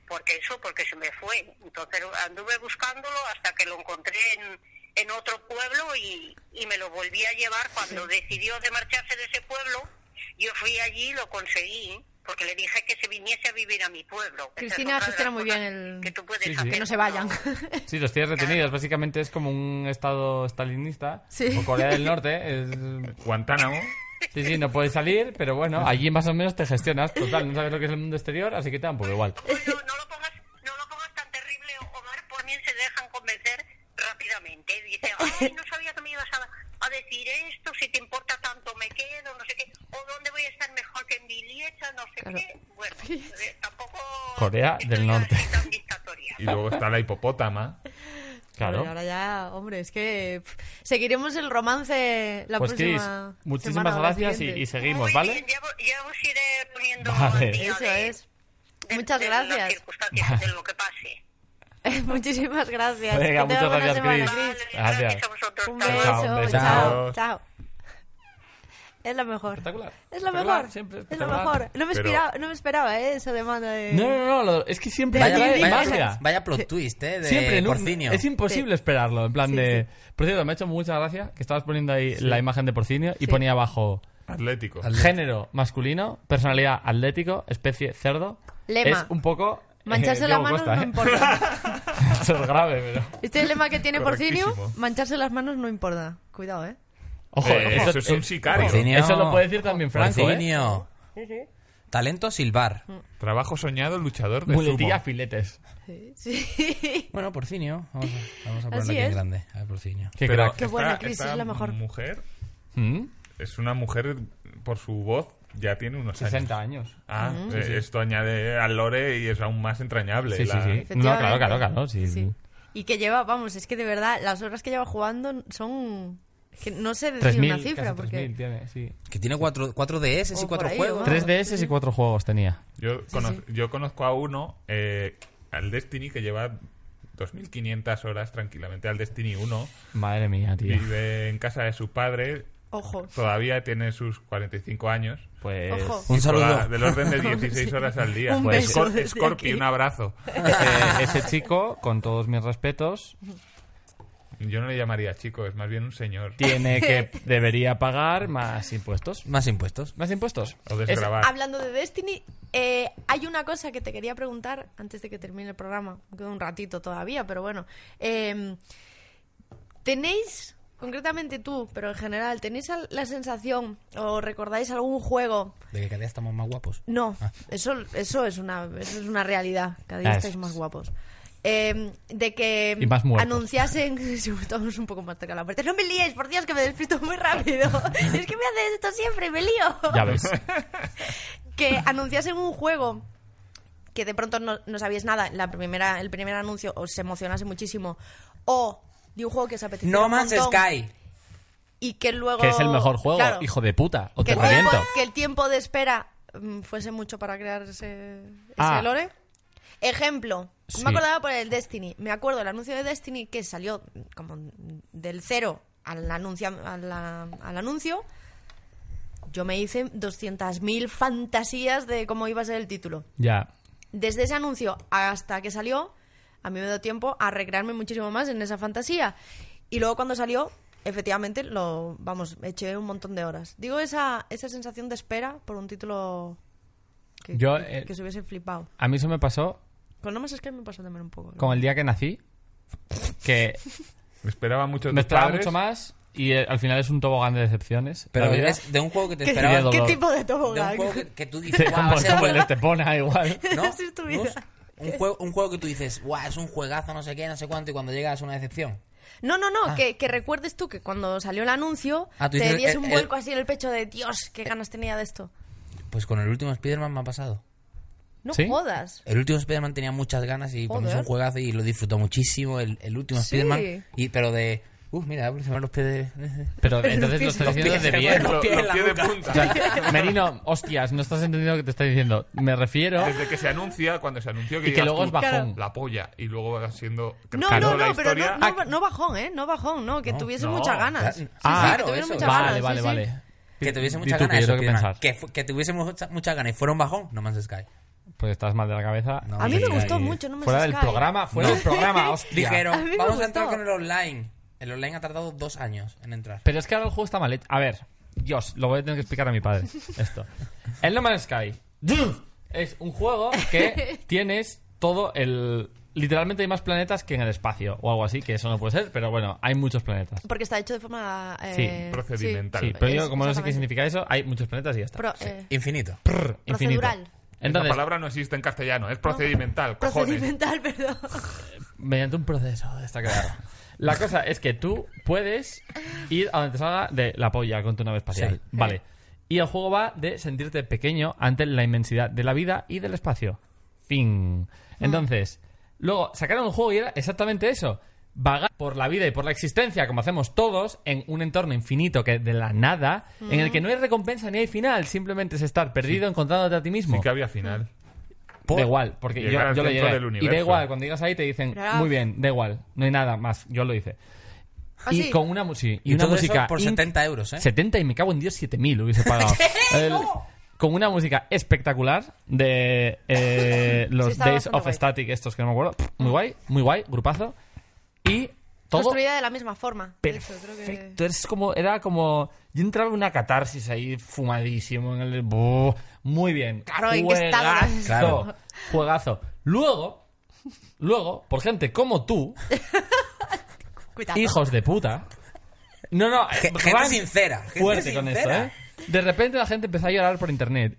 porque eso, porque se me fue. Entonces anduve buscándolo hasta que lo encontré en, en otro pueblo y, y me lo volví a llevar. Cuando decidió de marcharse de ese pueblo, yo fui allí y lo conseguí, porque le dije que se viniese a vivir a mi pueblo. Cristina gestiona muy bien el... que, tú puedes Sí, sí. hacer Que no se vayan. Sí, los tienes retenidos. Básicamente es como un estado stalinista. Sí. O Corea del Norte. Es... Guantánamo. Sí, sí, no puedes salir, pero bueno, allí más o menos te gestionas. Total, no sabes lo que es el mundo exterior, así que te da un poco igual. Bueno, no lo pongas, no lo pongas tan terrible, Omar, por mí se dejan convencer rápidamente. Dice, ay, no sabía que me ibas a, a decir esto, si te importa tanto me quedo, no sé qué, o dónde voy a estar mejor que en Viliecha, no sé Claro. qué. Bueno, eh, tampoco... Corea estoy del Norte. así tan dictatorial. Y luego está la hipopótama. Claro. Hombre, ahora ya, hombre, es que pff, seguiremos el romance la Pues Chris, próxima muchísimas semana o la gracias y, siguiente. y seguimos, Muy ¿vale? bien, ya, vo- ya os iré poniendo Vale. al día Eso de, es. de- Muchas de las gracias. circunstancias, de lo que pase. Muchísimas gracias. Venga, Que tengas muchas buena gracias, semana, Chris. Vale, Chris. Gracias. gracias a vosotros. Un Chao. beso. Chao, un beso. Chao. Chao. Es lo mejor. Espectacular. Es lo Espectacular, mejor. siempre Es lo espectacular. mejor. No me, Pero- esperaba, no me esperaba, ¿eh? Esa demanda de... No, no, no, lo- es que siempre De trae allí, magia. vaya- Vaya plot twist, ¿eh? De Siempre, ¿no? Porcinio. Es imposible esperarlo, en plan Sí, de... Por cierto, me ha hecho mucha gracia que estabas poniendo ahí la imagen de Porcinio y Sí. ponía abajo Atlético. género masculino, personalidad atlético, especie cerdo. Lema. Es un poco... Mancharse eh, las Diego manos Costa, no ¿eh? importa. Eso es grave, pero... Este es el lema que tiene Porcinio, Correctísimo. mancharse las manos no importa. Cuidado, ¿eh? Ojo, Eh, eso, eso es un eh, sicario. Porcinio. Eso lo puede decir también Franco, ¿eh? Porcinio. Talento silbar. Trabajo soñado, luchador de Muletilla sumo. filetes. Sí. sí. Bueno, Porcinio. Vamos a, vamos a ponerlo Así aquí en es. grande. A ver, Porcinio. Qué Pero crack. Qué esta- buena, Chris, esta es la mejor. mujer ¿Mm? es una mujer, por su voz, ya tiene unos sesenta años. años. Ah, eh, esto añade al lore y es aún más entrañable. Sí, sí, la- sí. No, Efectivamente. claro, claro, claro. Sí, Sí. Y que lleva, vamos, es que de verdad, las horas que lleva jugando son... que no sé decir tres mil, una cifra, casi porque... tres mil tiene, sí. Que tiene cuatro, cuatro D S y O cuatro por ahí, juegos. o- tres D S y cuatro juegos tenía. Yo, cono- yo conozco a uno, eh, al Destiny, que lleva dos mil quinientas horas tranquilamente al Destiny uno. Madre mía, tío. Vive en casa de su padre, Ojo. todavía tiene sus cuarenta y cinco años. Pues... Ojo. Un Y saludo. juega del orden de dieciséis horas al día. Un Pues, beso Scor- desde Scorpi, aquí. un abrazo. eh, ese chico, con todos mis respetos, Yo no le llamaría chico, es más bien un señor. tiene que... debería pagar más impuestos. Más impuestos. ¿Más impuestos? O desgravar. Hablando de Destiny, eh, hay una cosa que te quería preguntar antes de que termine el programa. Me queda un ratito todavía, pero bueno. Eh, ¿Tenéis, concretamente tú, pero en general, tenéis al- la sensación o recordáis algún juego? De que cada día estamos más guapos. No, eso, eso, es, una, eso es una realidad. Cada día Ah, estáis eso más es. guapos. Eh, de que Y más muertos. anunciasen si estamos un poco más cerca de la puerta. No me liéis, por Dios, que me despisto muy rápido. Es que me haces esto siempre y me lío. Ya ves. Que anunciasen un juego que de pronto no, no sabíais nada, la primera, el primer anuncio os emocionase muchísimo, o de un juego que os apeteciera No un Man's montón, Sky. y que luego... Que es el mejor juego, Claro, hijo de puta. O que, te el tiempo, reviento. que el tiempo de espera mm, fuese mucho para crear ese, ese Ah. lore. Ejemplo, Sí. me acordaba por el Destiny. Me acuerdo el anuncio de Destiny que salió como del cero al, anuncio, al, al anuncio. Yo me hice doscientas mil fantasías de cómo iba a ser el título. Ya. Desde ese anuncio hasta que salió, a mí me dio tiempo a recrearme muchísimo más en esa fantasía. Y luego cuando salió, efectivamente, lo vamos, eché un montón de horas. Digo, esa, esa sensación de espera por un título que, Yo, que, eh, que se hubiese flipado. A mí eso me pasó Con No Man's Sky me pasó también un poco. ¿no? con el día que nací, que Me esperaba mucho de me tus esperaba padres. mucho más y eh, al final es un tobogán de decepciones. Pero la vida. es de un juego que te ¿Qué, esperabas. dolor. ¿Qué tipo de De un tobogán? juego que, que tú Sí, dices, "Guau, va como, a ser como el de bueno". Estepona, igual. ¿No? Así es tu ¿No? vida. Un juego, un juego que tú dices, guau, es un juegazo, no sé qué, no sé cuánto, y cuando llegas es una decepción. No, no, no, que, que recuerdes tú que cuando salió el anuncio Ah, tú te dices, diese el- un el- vuelco así en el pecho de Dios, qué ganas tenía de esto. Pues con el último Spider-Man me ha pasado. No ¿Sí? jodas. El último Spider-Man tenía muchas ganas y pues, es Joder. un juegazo y lo disfrutó muchísimo. El, el último Sí. Spider-Man. Y, pero de. Uf, mira, se me van los pies de. Pero entonces lo estás diciendo de bien. Los, pies en los la pies de nuca. punta. O sea, Merino, hostias, no estás entendiendo lo que te estoy diciendo. Me refiero... Desde que se anuncia, cuando se anunció que Y que digas luego tú, es bajón. Claro. la polla y luego va siendo No, creciendo no, la no, pero historia. no, no, no bajón, ¿eh? No bajón, no, que No, tuviese no. muchas ganas. Sí, Ah, sí, claro, que tuviese eso. muchas Vale, ganas. vale, sí, sí. vale. Que tuviese Di muchas tú, ganas. que yo eso, tengo que Spider-Man. pensar. Que, fu- que tuviese mucha- muchas ganas y fueron bajón, No Man's Sky. pues estás mal de la cabeza. No, A mí me digáis. gustó mucho, no me Fuera del Sky. programa, fuera No. del programa, hostia. A mí Dijeron, me vamos gustó. a entrar con el online. El online ha tardado dos años en entrar. Pero es que ahora el juego está mal hecho. A ver, Dios, lo voy a tener que explicar a mi padre. Esto. El No Man's Sky es un juego que tienes todo el... Literalmente hay más planetas que en el espacio o algo así, que eso no puede ser, pero bueno, hay muchos planetas. Porque está hecho de forma... eh, Sí, procedimental. Sí, pero yo Es- como no sé qué exactamente. significa eso, hay muchos planetas y ya está. Pro- eh, Infinito. Prr, infinito. procedural. Entonces, Esa palabra no existe en castellano, es procedimental, cojones. Procedimental, perdón. mediante un proceso, está claro. La cosa es que tú puedes ir a donde te salga de la polla con tu nave espacial. Sí. Vale. Y el juego va de sentirte pequeño ante la inmensidad de la vida y del espacio. Fin. Entonces, luego sacaron un juego y era exactamente eso. Vagar por la vida y por la existencia, como hacemos todos, en un entorno infinito que de la nada, en el que no hay recompensa ni hay final, simplemente es estar perdido encontrándote a ti mismo. Sí que había final. Da igual, porque yo, Llegar al yo lo centro llegué. del Y universo. da igual, cuando llegas ahí te dicen, Pero- muy bien, da igual, no hay nada más, yo lo hice. ¿Ah, y sí? con una, mu- sí, y Y una todo eso música... por inc- setenta euros, ¿eh? setenta y me cago en Dios, siete mil hubiese pagado. El- con una música espectacular de eh, los Sí, estaba Days bastante of guay. Static, estos que no me acuerdo. Muy guay, muy guay, grupazo. Y todo Construida de la misma forma. de hecho, creo que- perfecto. Es como, era como... Yo entraba en una catarsis ahí fumadísimo en el... Buh, muy bien. Claro, ¿en qué estado? Juegazo. Claro. Juegazo. Luego, luego, por gente como tú, Cuidado. hijos de puta... No, no, Ge- eh, gente rank sincera, gente fuerte con sincera. esto, ¿eh? De repente la gente empezó a llorar por internet.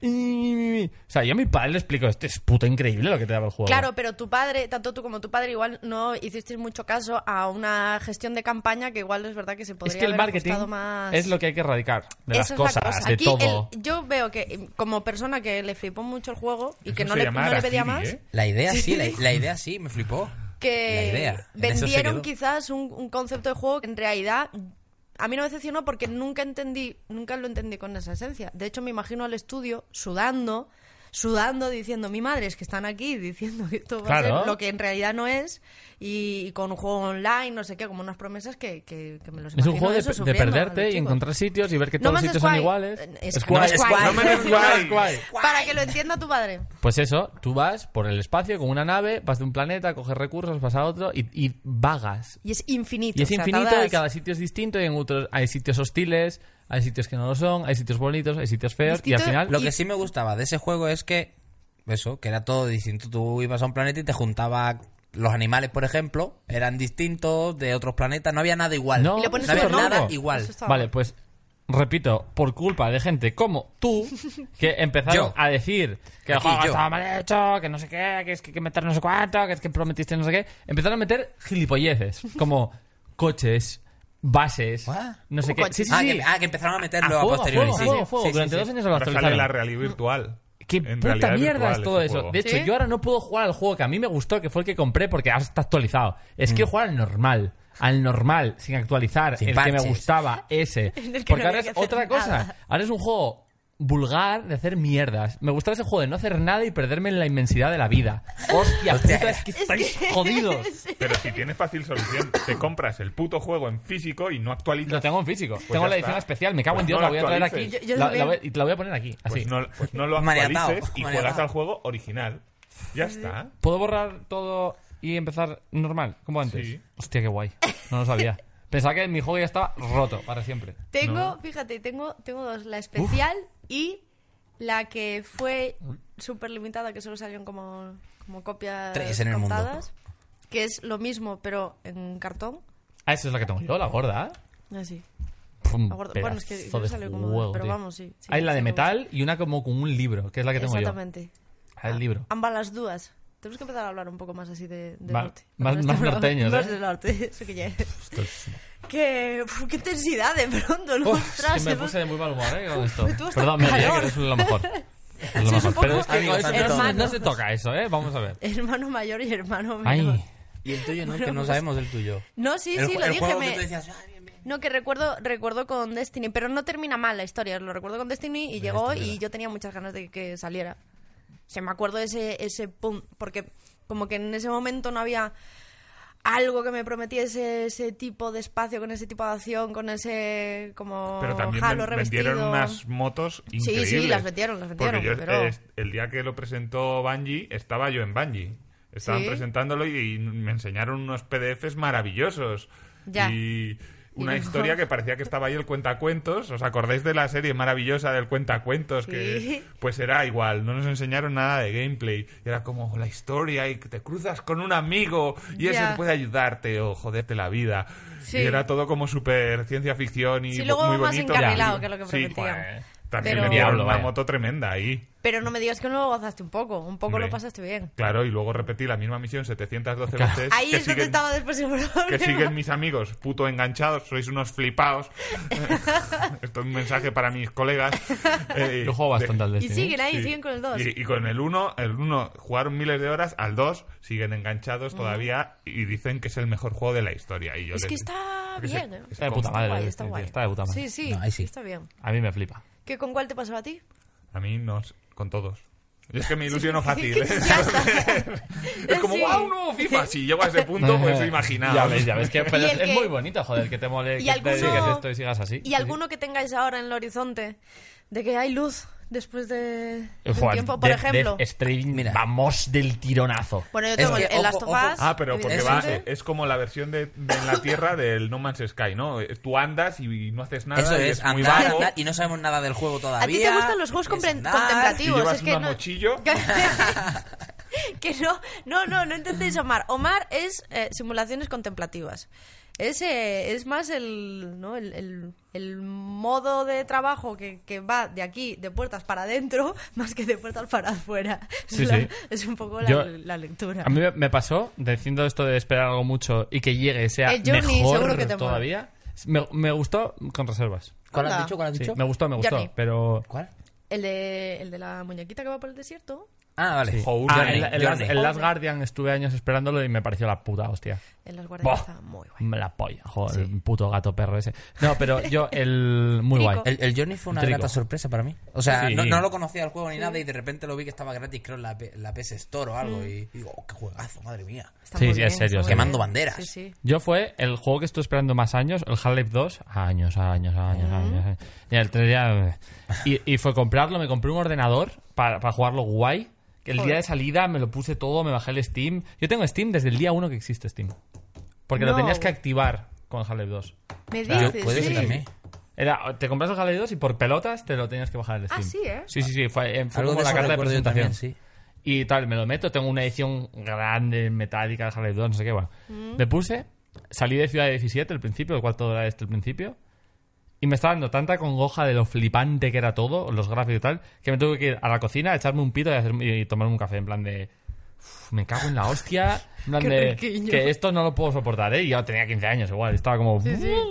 O sea, yo a mi padre le explico, esto es puto increíble lo que te daba el juego. Claro, pero tu padre, tanto tú como tu padre, igual no hicisteis mucho caso a una gestión de campaña que igual es verdad que se podría es que el haber marketing ajustado más... es lo que hay que erradicar de las Esa es la cosas, cosa. de Aquí todo. el- yo veo que eh, como persona que le flipó mucho el juego y que Eso no se le, llama no le pedía Araceli, más, ¿eh? La idea sí, la, la idea sí, me flipó. que La idea. En eso se vendieron quedó. quizás un, un concepto de juego que en realidad a mí no me decepcionó porque nunca entendí, nunca lo entendí con esa esencia. De hecho, me imagino al estudio sudando, sudando, diciendo, mi madre es que están aquí diciendo que esto va Claro. a ser lo que en realidad no es, y, y con un juego online, no sé qué, como unas promesas que, que, que me los Es un imagino juego de, eso, de sufriendo a los perderte y chicos. encontrar sitios y ver que No todos los Man's sitios son Sky. iguales. Es- Sky, No Man's Sky. Sky. No Man's Sky. Sky. Para que lo entienda tu padre. Pues eso, tú vas por el espacio con una nave, vas de un planeta, coges recursos, vas a otro y, y vagas. Y es infinito. Y es o sea, infinito tardas- y cada sitio es distinto y en otros hay sitios hostiles, hay sitios que no lo son, hay sitios bonitos, hay sitios feos y al Distinto- final... Lo Y- que sí me gustaba de ese juego es que, eso, que era todo distinto. Tú ibas a un planeta y te juntaba... Los animales, por ejemplo, eran distintos de otros planetas. No había nada igual. No, Y le pones había súper nada loco. igual. Eso estaba Vale, guay. pues repito, por culpa de gente como tú, que empezaron Yo. a decir que el Aquí, juego yo. estaba mal hecho, que no sé qué, que es que hay que meter no sé cuánto, que es que prometiste no sé qué, empezaron a meter gilipolleces, como coches, bases, ¿What? no sé ¿Cómo qué. Sí, sí, Ah, sí. que, ah, que empezaron a meterlo A a, fuego, a posteriori. fuego, sí, a fuego, sí. a fuego. Sí, sí, Durante sí. dos años lo Ahora sale actualizaron. la realidad virtual. ¿Qué En puta realidad mierda virtual es todo ese eso? juego. De hecho, ¿Sí? yo ahora no puedo jugar al juego que a mí me gustó, que fue el que compré porque ahora está actualizado. Es que jugar al normal, al normal, sin actualizar, Sin el que me parches. gustaba, ese. En el que Porque no ahora había es que hacer otra cosa. nada. Ahora es un juego vulgar de hacer mierdas. Me gustaba ese juego de no hacer nada y perderme en la inmensidad de la vida. Hostia, Hostia. puta, es que estáis jodidos. Pero si tienes fácil solución, te compras el puto juego en físico y no actualizas. Lo tengo en físico. Pues tengo ya la está. edición especial. Me cago Pues en Dios, no la lo voy a traer aquí. actualices. Yo- yo La- también. la voy- y te la voy a poner aquí. Así. Pues no, pues no lo Maniatado, actualices y maniatado. juegas al juego original. Ya está. ¿Puedo borrar todo y empezar normal, como antes? Sí. Hostia, qué guay. No lo sabía. Pensaba que mi juego ya estaba roto para siempre. Tengo, fíjate, tengo, tengo dos. La especial y la que fue súper limitada, que solo salieron como, como copias Tres en el mundo. contadas, que es lo mismo, pero en cartón. Ah, esa es la que tengo yo, la gorda. Así. Pum, La gorda. Bueno, es que pedazo yo de salió como... juego, pero tío. vamos, sí. sí, Hay la de sí, me metal y una como con un libro, que es la que gusta. tengo yo. Exactamente. Ah, el libro. Ambas las dudas. Tenemos que empezar a hablar un poco más así de, de Va- norte. más- Bueno, más este programa- norteños, Más ¿eh? de norte, eso que ya es. Esto es- Que, uf, qué intensidad de pronto, ¿no? Uf, Ostras, es que me hemos- puse de muy mal humor, ¿eh? Con esto. Tú hasta Perdón, me calor. que eso es lo mejor. Es lo Sí, es mejor. un poco- Pero es que Amigos, con eso amigos. no, no Hermanos. se toca eso, ¿eh? Vamos a ver. Hermano mayor y hermano menor. Ay, Y el tuyo no, que no pues- sabemos el tuyo. No, sí, el, sí, ju- lo el dije. juego me- que tú decías, "Ah, bien, bien". No, que recuerdo, recuerdo con Destiny, pero no termina mal la historia. Lo recuerdo con Destiny y llegó Destiny, y ¿verdad? yo tenía muchas ganas de que saliera. O sea, me acuerdo de ese, ese punto, porque como que en ese momento no había algo que me prometiese ese tipo de espacio, con ese tipo de acción, con ese como Pero también Halo ven- vendieron revestido. unas motos increíbles. Sí, sí, las vendieron, las vendieron. Porque yo, pero... eh, el día que lo presentó Bungie, estaba yo en Bungie. Estaban ¿Sí? presentándolo y, y me enseñaron unos P D Fs maravillosos. Ya. Y una Y luego- historia que parecía que estaba ahí el cuentacuentos. ¿Os acordáis de la serie maravillosa del cuentacuentos? Sí. Que pues era igual, no nos enseñaron nada de gameplay. Era como la historia y que te cruzas con un amigo y ese Ya. puede ayudarte o joderte la vida. Sí. Y era todo como súper ciencia ficción y Sí, bo- luego muy más bonito. encarrilado Ya. que lo que Sí, prometían. pues, también Pero- le dieron Diablo, una vaya. moto tremenda ahí. Pero no me digas que no lo gozaste un poco. Un poco Hombre. lo pasaste bien. Claro, y luego repetí la misma misión setecientas doce Claro. veces. Ahí que es donde siguen, estaba después el problema. que siguen mis amigos puto enganchados, sois unos flipaos. Esto es un mensaje para mis colegas. Eh, Yo juego bastante al Y Destiny. siguen ahí, Sí. siguen con el dos. Y, y con el uno, el uno jugaron miles de horas, al dos siguen enganchados todavía y dicen que es el mejor juego de la historia. Y yo Es les- que está porque bien, se- ¿eh? Está de puta madre. guay, el está Destiny, guay. Está de puta madre. Sí, sí, No, ahí sí. está bien. A mí me flipa. ¿Qué, ¿Con cuál te pasaba a ti? A mí no, s- con todos. Y es que me ilusiono fácil. Qué ¿eh? entusiasta. Es como, Sí. ¡wow, no! FIFA. Si llego a ese punto, pues imaginaos. Ya ves, ya ves. Que, pero Y es, el es que- muy bonito, joder, que te mole, y que alguno- te dediques a esto y sigas así. ¿Y alguno que tengáis ahora en el horizonte de que hay luz después de, de un Joder, tiempo? Por Death- ejemplo. Death Stranding, Mira. vamos del tironazo. Bueno, yo Es tengo que, el, el Last ojo, of ojo. Us. Ah, pero porque va, evidentemente. es como la versión de, de en la Tierra del No Man's Sky, ¿no? Tú andas y no haces nada. Eso y es, muy andar, vago. andar, y no sabemos nada del juego todavía. ¿A ti te gustan los juegos Es compre- andar. Y contemplativos? llevas Es que una no... mochillo. que no, no, no, no intentéis Omar. Omar es eh, simulaciones contemplativas. Es, eh, es más el, ¿no? el, el, el modo de trabajo que, que va de aquí, de puertas para adentro, más que de puertas para afuera. Sí, es, la- sí. es un poco la, Yo- la lectura. A mí me- me pasó, diciendo esto de esperar algo mucho y que llegue y sea El Journey, mejor seguro que te mola. todavía, me, me gustó con reservas. ¿Cuál has Anda. dicho? ¿Cuál has Sí, dicho? me gustó, me gustó, Journey. pero... ¿Cuál? El de, el de la muñequita que va por el desierto. Ah, vale. Sí. Journey, Ah, el, el, Journey. el Last Guardian estuve años esperándolo y me pareció la puta hostia. En las guardias Buah. está muy guay. La polla, joder, Sí. el puto gato perro ese. No, pero yo, el... Muy Trico. guay. El, el Journey fue una Trico. grata sorpresa para mí. O sea, Sí. no, no lo conocía el juego ni nada y de repente lo vi que estaba gratis, creo, en la, P- la P S Store o Mm. algo. Y digo, oh, qué juegazo, madre mía. Está Sí, muy sí, bien, es serio, está muy quemando bien. banderas. Sí, sí. Yo fue el juego que estuve esperando más años, el Half-Life dos, años, años, años, años. años. Y el tres ya... Y, y fue comprarlo, me compré un ordenador para, para jugarlo guay. Que el Joder. día de salida me lo puse todo, me bajé el Steam. Yo tengo Steam desde el día uno que existe Steam. Porque lo No. tenías que activar con Half-Life dos. Me sea, dices, Puede sí. ser también. Era, te compras el Half-Life dos y por pelotas te lo tenías que bajar el Ah, Steam. sí, ¿eh? Sí, sí, sí. Fue, fue Algo como de la eso carta de recuerdo yo presentación. también, sí. Y tal, me lo meto, tengo una edición grande, metálica de Half-Life dos, no sé qué, bueno. Mm. Me puse, salí de Ciudad diecisiete, el principio, el cuarto de hora este, el principio, y me estaba dando tanta congoja de lo flipante que era todo, los gráficos y tal, que me tuve que ir a la cocina, a echarme un pito y, hacer, y tomarme un café, en plan de... "Uf, me cago en la hostia, en plan Qué de... riquiño. Que esto no lo puedo soportar, ¿eh? Y yo tenía quince años igual, estaba como... Sí, sí.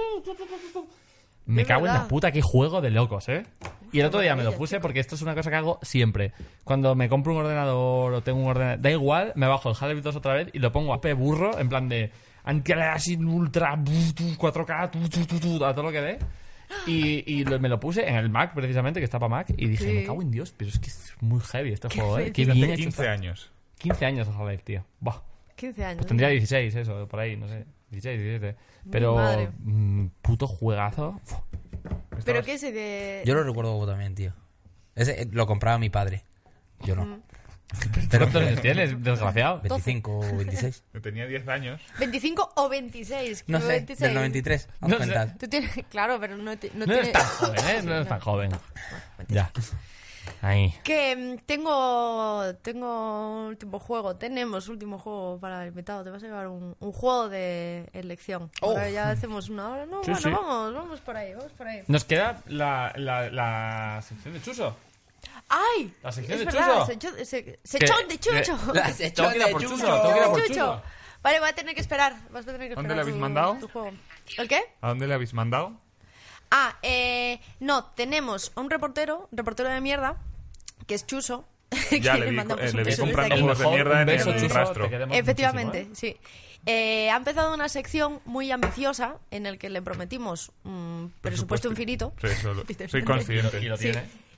Me Es cago en verdad. la puta, qué juego de locos, ¿eh? Y el otro día me lo maravilla, puse chico. porque esto es una cosa que hago siempre. Cuando me compro un ordenador o tengo un ordenador, da igual, me bajo el Half-Life dos otra vez y lo pongo a P burro, en plan de anti-aliasing ultra, bu, tu, cuatro K, tu, tu, tu, tu, a todo lo que dé. Y, y lo- me lo puse en el Mac, precisamente, que está para Mac, y dije, Sí. me cago en Dios, pero es que es muy heavy este juego, ¿eh? Qué heavy. bien Hace hecho quince está. años. quince años el Half-Life, tío. Buah. quince años. Pues tendría dieciséis, eso, por ahí, no sé. dieciséis, diecisiete. Mi Pero, madre. mm, puto juegazo. Uf. Pero que ese de... Yo lo recuerdo como también, tío. Ese eh, lo compraba mi padre. Yo no. Mm. Pero ¿Cuántos años tienes, desgraciado? veinticinco o veintiséis. Yo tenía diez años. ¿veinticinco o veintiséis? No Creo sé, veintiséis. del noventa y tres. No Vamos a sé. contar. Tú tienes... Claro, pero no, ti- no No tienes... eres tan joven, ¿eh? No eres tan joven. Ya. Ahí. Que mm, tengo tengo último juego, tenemos último juego para el invitado. Te vas a llevar un, un juego de elección. Oh. Ahora ya hacemos una hora. No, Sí, bueno, sí. vamos, vamos por ahí, vamos por ahí. Nos queda la, la, la sección de Chuso. ¡Ay! La sección es de verdad, Chuso. secho- se- sechón de Chucho. La Tengo sección que ir a de por Chuso, Chucho. tengo que ir a por Chucho. Chuso. Vale, voy a tener que esperar. Vas a tener que ¿Dónde esperar le habéis tu- mandado? tu juego. ¿El qué? ¿A dónde le habéis mandado? Ah, eh, no, tenemos a un reportero, reportero de mierda, que es Chuso. Ya que le vi, mandamos eh, un le vi beso desde comprando aquí. juegos de mejor, mierda un en beso, el Chuso, rastro. te queremos Efectivamente, muchísimo, ¿eh? sí. Eh, ha empezado una sección muy ambiciosa en el que le prometimos un presupuesto infinito. Sí, eso lo- soy Literalmente. consciente. Y lo Sí. tiene.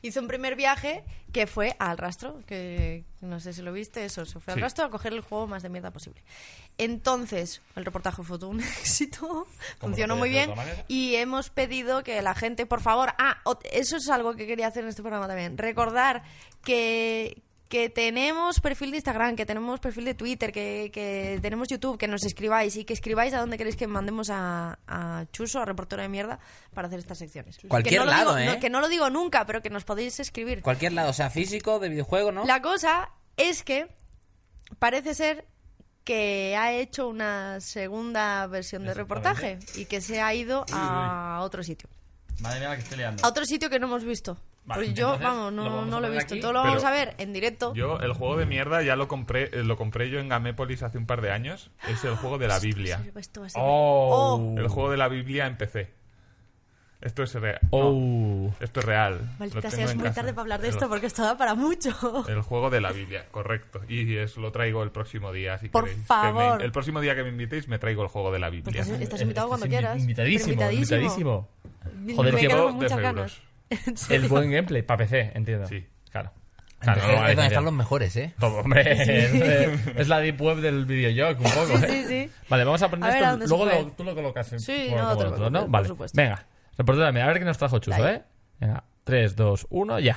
hizo un primer viaje que fue al Rastro, que no sé si lo viste, eso, se fue al Sí. Rastro a coger el juego más de mierda posible. Entonces, el reportaje fue todo un éxito, funcionó no muy podía ser bien de otra manera. y hemos pedido que la gente, por favor, ah, ot- eso es algo que quería hacer en este programa también, recordar que que tenemos perfil de Instagram, que tenemos perfil de Twitter, que, que tenemos YouTube, que nos escribáis y que escribáis a donde queréis que mandemos a, a Chuso, a reportero de mierda, para hacer estas secciones. Cualquier que no lo lado, digo, ¿eh? no, que no lo digo nunca, pero que nos podéis escribir. Cualquier lado, sea físico, de videojuego, ¿no? La cosa es que parece ser que ha hecho una segunda versión de reportaje y que se ha ido a otro sitio. Madre mía, la que estoy liando. A otro sitio que no hemos visto. Vale, Pues yo, entonces, vamos, ¿lo no, vamos no a lo he poner visto. aquí? Todo lo vamos Pero a ver en directo. Yo el juego de mierda ya lo compré, eh, lo compré yo en Gamépolis hace un par de años. Es el juego de la Biblia. Esto va a ser- Oh. El juego de la Biblia en P C. Esto es real. Oh. Esto es real. Maldita Lo sea, tengo es en muy casa. tarde para hablar de El- esto porque esto da para mucho. El juego de la Biblia, correcto. Y es, lo traigo el próximo día, si Por queréis. Que favor. me- el próximo día que me invitéis me traigo el juego de la Pues Biblia. estás, estás invitado cuando Estás quieras. Invitadísimo, Pero invitadísimo. Me Joder, me que quedo juego con de muchas euros. ganas. En El serio. buen gameplay para P C, entiendo. Sí. Claro. Es Claro, no lo va a donde licenciar. están los mejores, ¿eh? Todo, hombre. Es, es la deep web del videojuego, un poco. Sí, ¿eh? sí, sí. Vale, vamos a poner A ver, ¿a esto. dónde se Luego fue? lo- tú lo colocas en Sí, bueno, no como te nosotros, preocupes, ¿no? por Vale. supuesto. Venga. Reportera, a ver qué nos trajo Chuso, Dale. ¿eh? Venga. tres, dos, uno, ya.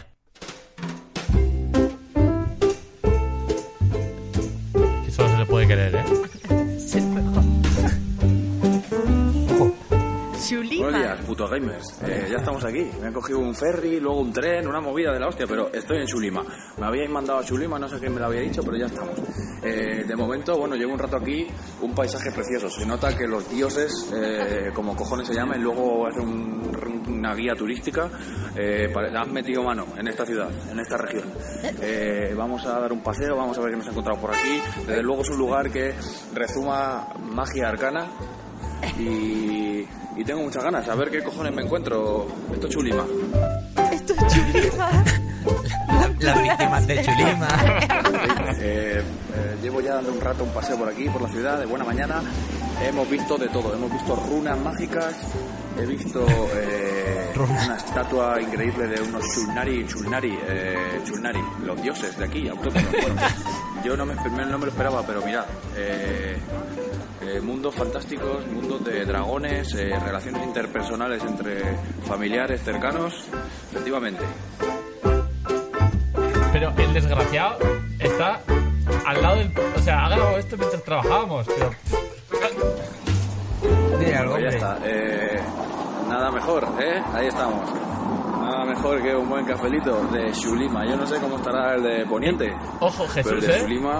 Que solo se le puede querer, ¿eh? Es el mejor. Chulima. Buenos días, putos gamers. Eh, ya estamos aquí. Me han cogido un ferry, luego un tren, una movida de la hostia, pero estoy en Chulima. Me habíais mandado a Chulima, no sé quién me lo había dicho, pero ya estamos. Eh, de momento, bueno, llevo un rato aquí, un paisaje precioso. Se nota que los dioses, eh, como cojones se llaman, luego hacen un- una guía turística. Eh, pare- han metido mano en esta ciudad, en esta región. Eh, vamos a dar un paseo, vamos a ver qué nos ha encontrado por aquí. Desde luego es un lugar que rezuma magia arcana. Y, y tengo muchas ganas a ver qué cojones me encuentro. Esto es Chulima. Esto es Chulima. Las víctimas de Chulima. Eh, eh, llevo ya dando un rato un paseo por aquí, por la ciudad, de buena mañana. Hemos visto de todo. Hemos visto runas mágicas. He visto eh, una estatua increíble de unos Chulnari, Chulnari, eh, Chulnari, los dioses de aquí, autóctonos. Bueno, yo no me, no me lo esperaba, pero mirad. Eh, eh, mundos fantásticos, mundos de dragones, eh, relaciones interpersonales entre familiares cercanos. Efectivamente. Pero el desgraciado está al lado del... O sea, ha grabado esto mientras trabajábamos, pero... Dile algo, Pues ya hombre. está. Eh, nada mejor, ¿eh? Ahí estamos. Nada mejor que un buen cafelito de Chulima. Yo no sé cómo estará el de Poniente. Ojo, Pero el Jesús, de ¿eh? Chulima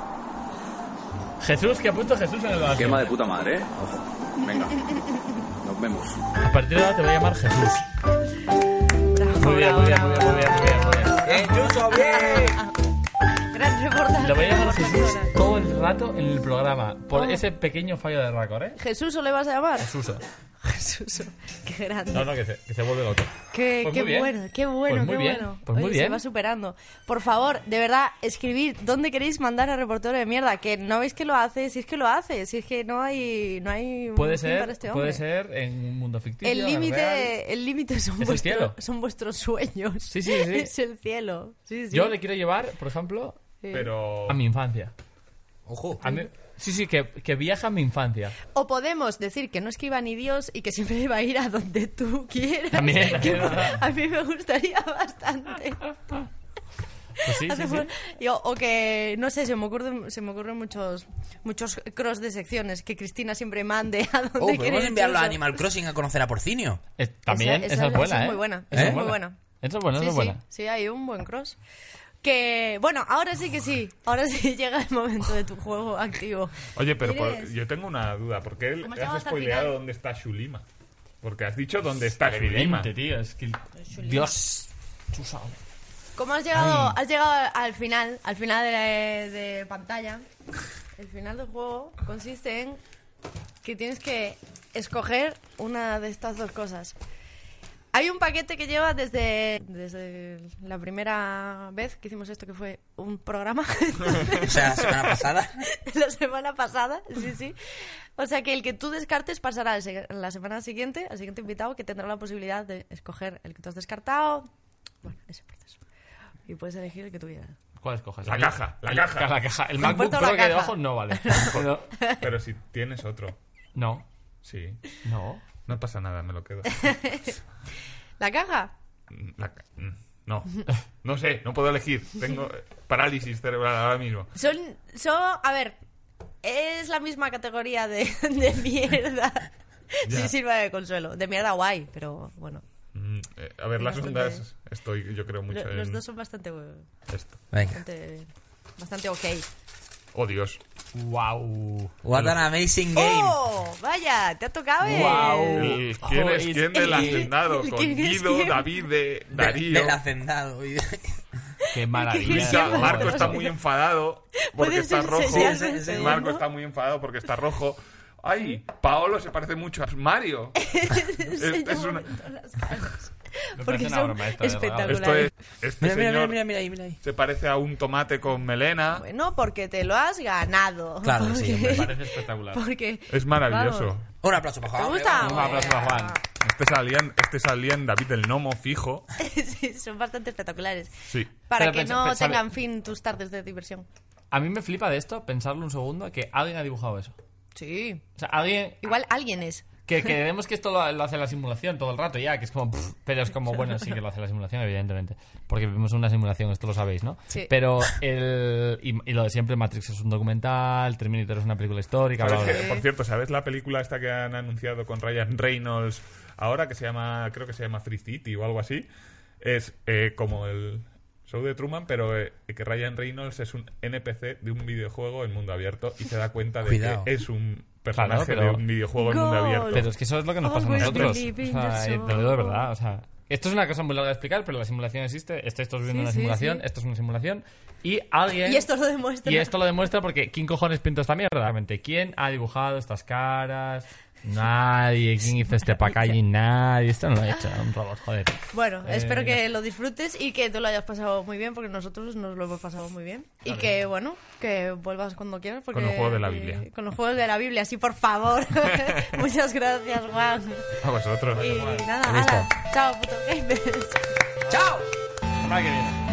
Jesús, que ha puesto Jesús en el vacío. quema de puta madre, ¿eh? Ojo. Venga. Nos vemos. A partir de ahora te voy a llamar Jesús. Bravo, Muy bien, bravo, muy bien, muy bravo, bien, muy bien, muy bien, muy bien. ¡Bien, Chuso, bien! Gran reportaje. Le voy a llamar por Jesús persona. todo el rato en el programa por Oh. ese pequeño fallo de récord, ¿eh? ¿Jesús o le vas a llamar? Jesús. Jesús. Qué grande. No, no, que se, que se vuelve loco. Qué, Pues qué muy bien. bueno, qué bueno, Pues muy qué bien, bueno. pues muy Oye, bien. Se va superando. Por favor, de verdad, escribid dónde queréis mandar a reportero de mierda. Que no veis que lo hace, si es que lo hace, si es que no hay, no hay Puede fin ser, para este hombre. puede ser en un mundo ficticio. El en real. límite, el límite son, Es el vuestros- cielo. son vuestros sueños. Sí, sí, sí. Es el cielo. Sí, sí. Yo le quiero llevar, por ejemplo, Sí. Pero... a mi infancia. Ojo. A mí- sí, sí, que, que viaja a mi infancia. O podemos decir que no escriba ni Dios y que siempre va a ir a donde tú quieras. También, Que también, ¿verdad? a mí me gustaría bastante. Pues sí, sí, sí. Hacemos- y O, o que, no sé, se me ocurren, se me ocurren muchos muchos cross de secciones que Cristina siempre mande a donde Oh, quiere podemos ir enviarlo a Chuso. Animal Crossing a conocer a Porcinio. Eh, también, Esa- esa, esa- es buena, esa es ¿eh? muy buena, Esa esa es muy buena. Esa es buena, Sí, esa es sí, buena. sí, hay un buen cross. Que, bueno, ahora sí que sí. Ahora sí llega el momento de tu juego activo. Oye, pero por- ¿Quieres? yo tengo una duda. ¿Por qué Hemos llegado has hasta el spoileado final. dónde está Chulima? Porque has dicho dónde está Chulima. Evidente, tío. Es que... Dios. Chusa. ¿Cómo has llegado? Ay. Has llegado al final, al final de, de pantalla. El final del juego consiste en que tienes que escoger una de estas dos cosas. Hay un paquete que lleva desde, desde la primera vez que hicimos esto, que fue un programa. O sea, la semana pasada. La semana pasada, sí, sí. O sea que el que tú descartes pasará al se- la semana siguiente, al siguiente invitado, que tendrá la posibilidad de escoger el que tú has descartado Bueno, ese proceso. Y puedes elegir el que tú quieras. ¿Cuál escoges? La El- caja, la el- caja. La caja. El Me MacBook importa Pro la que hay caja. debajo no vale. Pero- Pero si tienes otro. no, Sí. no. No pasa nada, me lo quedo. ¿La caja? La ca- No. No sé, no puedo elegir. Tengo eh, parálisis cerebral ahora mismo. Son, son, a ver, es la misma categoría de, de mierda. Ya. Sí sirve de consuelo. De mierda guay, pero bueno. Mm, eh, a ver, las Bastante- ondas, estoy yo creo mucho Lo- en los dos son bastante, esto. Venga. bastante, bastante ok. Oh, Dios. Wow. What an amazing game. ¡Oh! Vaya, te ha tocado. eh. Guau. El, ¿Quién es Joder. quién del El- hacendado? el Con quién es Guido, quién. David, de, De- Darío. del hacendado. Qué maravilla. Luisa, Qué Marco bueno. está muy enfadado porque ¿Puedes está rojo. enseñarme un segundo? Marco está muy enfadado porque está rojo. Ay, Paolo se parece mucho a Mario. Este es una- Me Porque parece una son broma esta de regalo. Esto es, este Mira, mira, señor mira, mira ahí, mira ahí. se parece a un tomate con melena. Bueno, porque te lo has ganado. Claro, sí, hombre. Me parece espectacular. Porque Es maravilloso. Vamos. Un aplauso para ¿Te Juan. gusta? Un aplauso para Juan. Este salía, en- este salía en David el Gnomo fijo. Sí, son bastante espectaculares. Sí. Para Pero que pensa- no pensa- tengan fin tus tardes de diversión. A mí me flipa de esto pensarlo un segundo que alguien ha dibujado eso. Sí. O sea, alguien... Igual alguien es. Que, que vemos que esto lo, lo hace la simulación todo el rato ya, que es como... pff, pero es como, bueno, sí que lo hace la simulación, evidentemente. Porque vivimos en una simulación, esto lo sabéis, ¿no? Sí. Pero el... Y, y lo de siempre, Matrix es un documental, Terminator es una película histórica, bla, ¿Sabes bla, qué? bla. Por cierto, ¿sabes la película esta que han anunciado con Ryan Reynolds ahora que se llama, creo que se llama Free City o algo así? Es eh, como el show de Truman, pero eh, que Ryan Reynolds es un N P C de un videojuego en mundo abierto y se da cuenta de Cuidado. que es un personaje Claro, pero- de un videojuego en mundo Gol. abierto. Pero es que eso es lo que nos pasa a Always nosotros. believe O in sea, the eh, te lo digo de soul. verdad, o sea... Esto es una cosa muy larga de explicar, pero la simulación existe. Estáis todos viendo Sí, una sí, simulación, sí. esto es una simulación. Y alguien... Y esto lo demuestra. Y esto lo demuestra porque ¿quién cojones pintó esta mierda realmente? ¿Quién ha dibujado estas caras? Nadie. ¿Quién hizo este packaging? Nadie. Esto no lo ha hecho un robot, joder. Bueno, Eh, espero que lo disfrutes y que tú lo hayas pasado muy bien, porque nosotros nos lo hemos pasado muy bien. Y que, bueno, que vuelvas cuando quieras. Porque, Con los juegos de la eh, Biblia. con los juegos de la Biblia, sí, por favor. Muchas gracias, Juan. A vosotros. Y nada, Listo. hala. Chao, puto gamers. ¡Chao! La semana que viene.